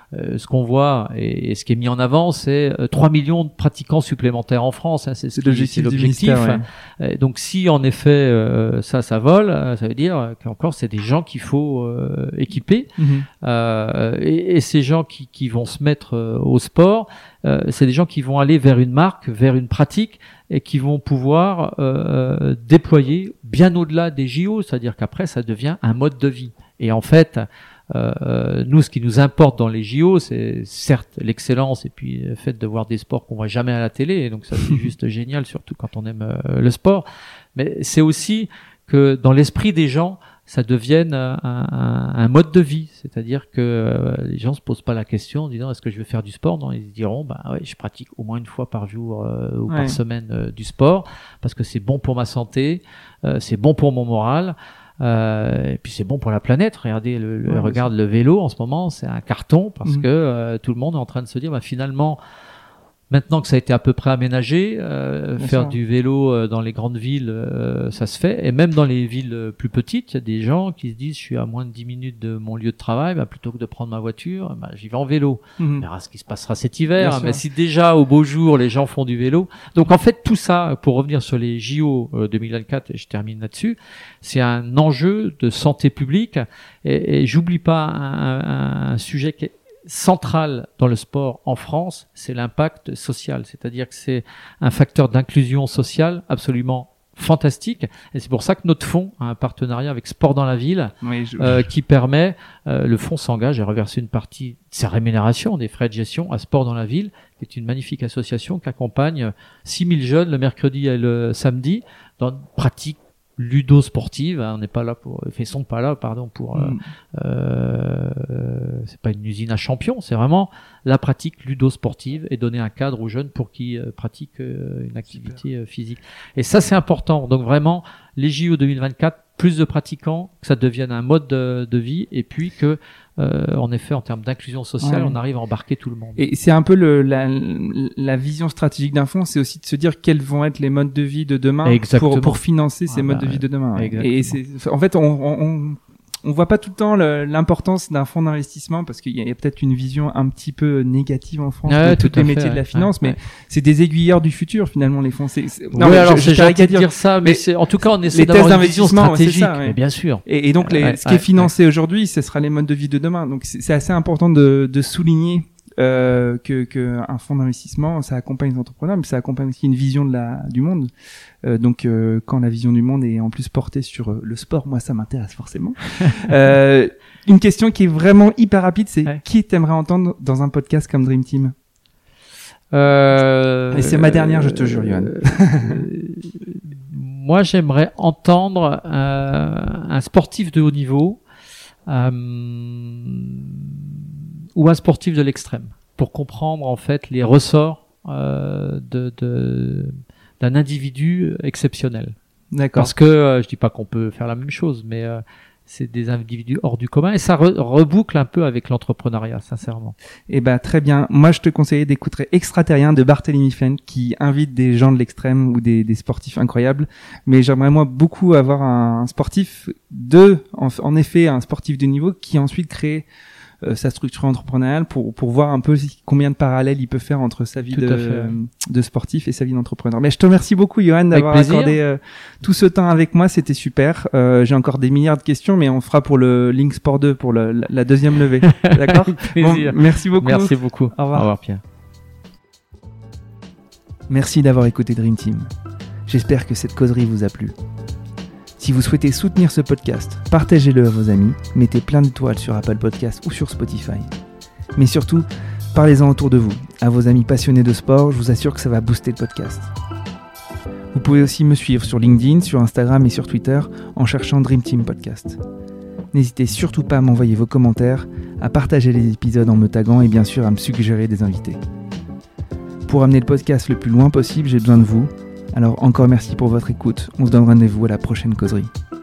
[SPEAKER 2] euh, ce qu'on voit et, et ce qui est mis en avant, c'est euh, trois millions de pratiquants supplémentaires en France. Hein, c'est,
[SPEAKER 1] c'est,
[SPEAKER 2] ce
[SPEAKER 1] l'objectif,
[SPEAKER 2] qui, c'est l'objectif.
[SPEAKER 1] Ministère, ouais.
[SPEAKER 2] Et donc si en effet euh, ça, ça vole, ça veut dire qu'encore c'est des gens qu'il faut euh, équiper.
[SPEAKER 1] Mm-hmm.
[SPEAKER 2] Euh, et, et ces gens qui, qui vont se mettre euh, au sport, euh, c'est des gens qui vont aller vers une marque, vers une pratique, et qui vont pouvoir euh, déployer bien au-delà des J O, c'est-à-dire qu'après ça devient un mode de vie. Et en fait, euh, nous, ce qui nous importe dans les J O, c'est certes l'excellence et puis le fait de voir des sports qu'on voit jamais à la télé, et donc ça c'est juste génial, surtout quand on aime euh, le sport, mais c'est aussi que dans l'esprit des gens, ça devienne un, un, un mode de vie, c'est-à-dire que euh, les gens se posent pas la question en disant est-ce que je vais faire du sport, non, ils se diront bah ouais, je pratique au moins une fois par jour euh, ou ouais. par semaine euh, du sport parce que c'est bon pour ma santé, euh, c'est bon pour mon moral. Euh, et puis c'est bon pour la planète. Regardez, le, le, ouais, regarde le vélo en ce moment, c'est un carton parce mmh. que euh, tout le monde est en train de se dire bah finalement. Maintenant que ça a été à peu près aménagé, euh, faire sûr. du vélo euh, dans les grandes villes, euh, ça se fait. Et même dans les villes euh, plus petites, il y a des gens qui se disent je suis à moins de dix minutes de mon lieu de travail, bah, plutôt que de prendre ma voiture, bah, j'y vais en vélo. Mm-hmm. On verra ce qui se passera cet hiver. Hein, mais si déjà au beau jour les gens font du vélo, donc en fait tout ça, pour revenir sur les J O euh, deux mille vingt-quatre, et je termine là-dessus, c'est un enjeu de santé publique. Et, et j'oublie pas un, un, un sujet qui est central dans le sport en France, c'est l'impact social, c'est-à-dire que c'est un facteur d'inclusion sociale absolument fantastique, et c'est pour ça que notre fonds a un partenariat avec Sport dans la ville, oui, je... euh, qui permet, euh, le fonds s'engage à reverser une partie de sa rémunération, des frais de gestion à Sport dans la ville, qui est une magnifique association qui accompagne six mille jeunes le mercredi et le samedi dans une pratique ludo-sportive, hein, on n'est pas là pour, ils sont pas là, pardon, pour, mm. euh, euh, c'est pas une usine à champions, c'est vraiment la pratique ludo-sportive et donner un cadre aux jeunes pour qu'ils euh, pratiquent euh, une activité euh, physique. Et ça, c'est important. Donc vraiment, les J O deux mille vingt-quatre, plus de pratiquants, que ça devienne un mode de, de vie, et puis que, euh, en effet, en termes d'inclusion sociale, ouais. on arrive à embarquer tout le monde.
[SPEAKER 1] Et c'est un peu le, la, la vision stratégique d'un fonds, c'est aussi de se dire quels vont être les modes de vie de demain pour, pour financer ces ah modes bah, de vie de demain. Et c'est, en fait, on, on, on voit pas tout le temps le, l'importance d'un fonds d'investissement parce qu'il y a, y a peut-être une vision un petit peu négative en France ouais, de tous les métiers fait, de la finance, ouais, mais ouais. c'est des aiguilleurs du futur finalement les fonds. C'est, c'est...
[SPEAKER 2] Non, oui, mais alors je, c'est gentil de dire ça, mais, mais c'est, en tout cas on essaie d'avoir une vision stratégique. Ça, ouais. Mais bien sûr.
[SPEAKER 1] Et, et donc les, ouais, ce qui ouais, est financé ouais. aujourd'hui, ce sera les modes de vie de demain. Donc c'est, c'est assez important de, de souligner. Euh, que, que un fonds d'investissement, ça accompagne les entrepreneurs, mais ça accompagne aussi une vision de la du monde. Euh, donc, euh, quand la vision du monde est en plus portée sur euh, le sport, moi, ça m'intéresse forcément. euh, une question qui est vraiment hyper rapide, c'est ouais. qui t'aimerais entendre dans un podcast comme Dream Team?
[SPEAKER 2] Euh,
[SPEAKER 1] Et c'est ma dernière, je te jure, Johan.
[SPEAKER 2] Euh, moi, j'aimerais entendre euh, un sportif de haut niveau. Euh, ou un sportif de l'extrême pour comprendre en fait les ressorts euh, de, de d'un individu exceptionnel.
[SPEAKER 1] D'accord.
[SPEAKER 2] Parce que euh, je dis pas qu'on peut faire la même chose, mais euh, c'est des individus hors du commun et ça re- reboucle un peu avec l'entrepreneuriat, sincèrement.
[SPEAKER 1] Eh ben très bien. Moi, je te conseillais d'écouter Extraterrien de Barthélemy Fenn qui invite des gens de l'extrême ou des, des sportifs incroyables. Mais j'aimerais moi beaucoup avoir un sportif de, en, en effet, un sportif de niveau qui ensuite crée Euh, sa structure entrepreneuriale pour pour voir un peu combien de parallèles il peut faire entre sa vie de, euh, de sportif et sa vie d'entrepreneur. Mais je te remercie beaucoup Johan d'avoir accordé euh, tout ce temps avec moi, c'était super. Euh, j'ai encore des milliards de questions, mais on fera pour le Link Sport deux pour le, la, la deuxième levée. D'accord. Bon, merci beaucoup.
[SPEAKER 2] Merci beaucoup.
[SPEAKER 1] Au revoir.
[SPEAKER 2] Au revoir Pierre.
[SPEAKER 1] Merci d'avoir écouté Dream Team. J'espère que cette causerie vous a plu. Si vous souhaitez soutenir ce podcast, partagez-le à vos amis, mettez plein d'étoiles sur Apple Podcasts ou sur Spotify. Mais surtout, parlez-en autour de vous. À vos amis passionnés de sport, je vous assure que ça va booster le podcast. Vous pouvez aussi me suivre sur LinkedIn, sur Instagram et sur Twitter en cherchant Dream Team Podcast. N'hésitez surtout pas à m'envoyer vos commentaires, à partager les épisodes en me taguant et bien sûr à me suggérer des invités. Pour amener le podcast le plus loin possible, j'ai besoin de vous. Alors encore merci pour votre écoute, on se donne rendez-vous à la prochaine causerie.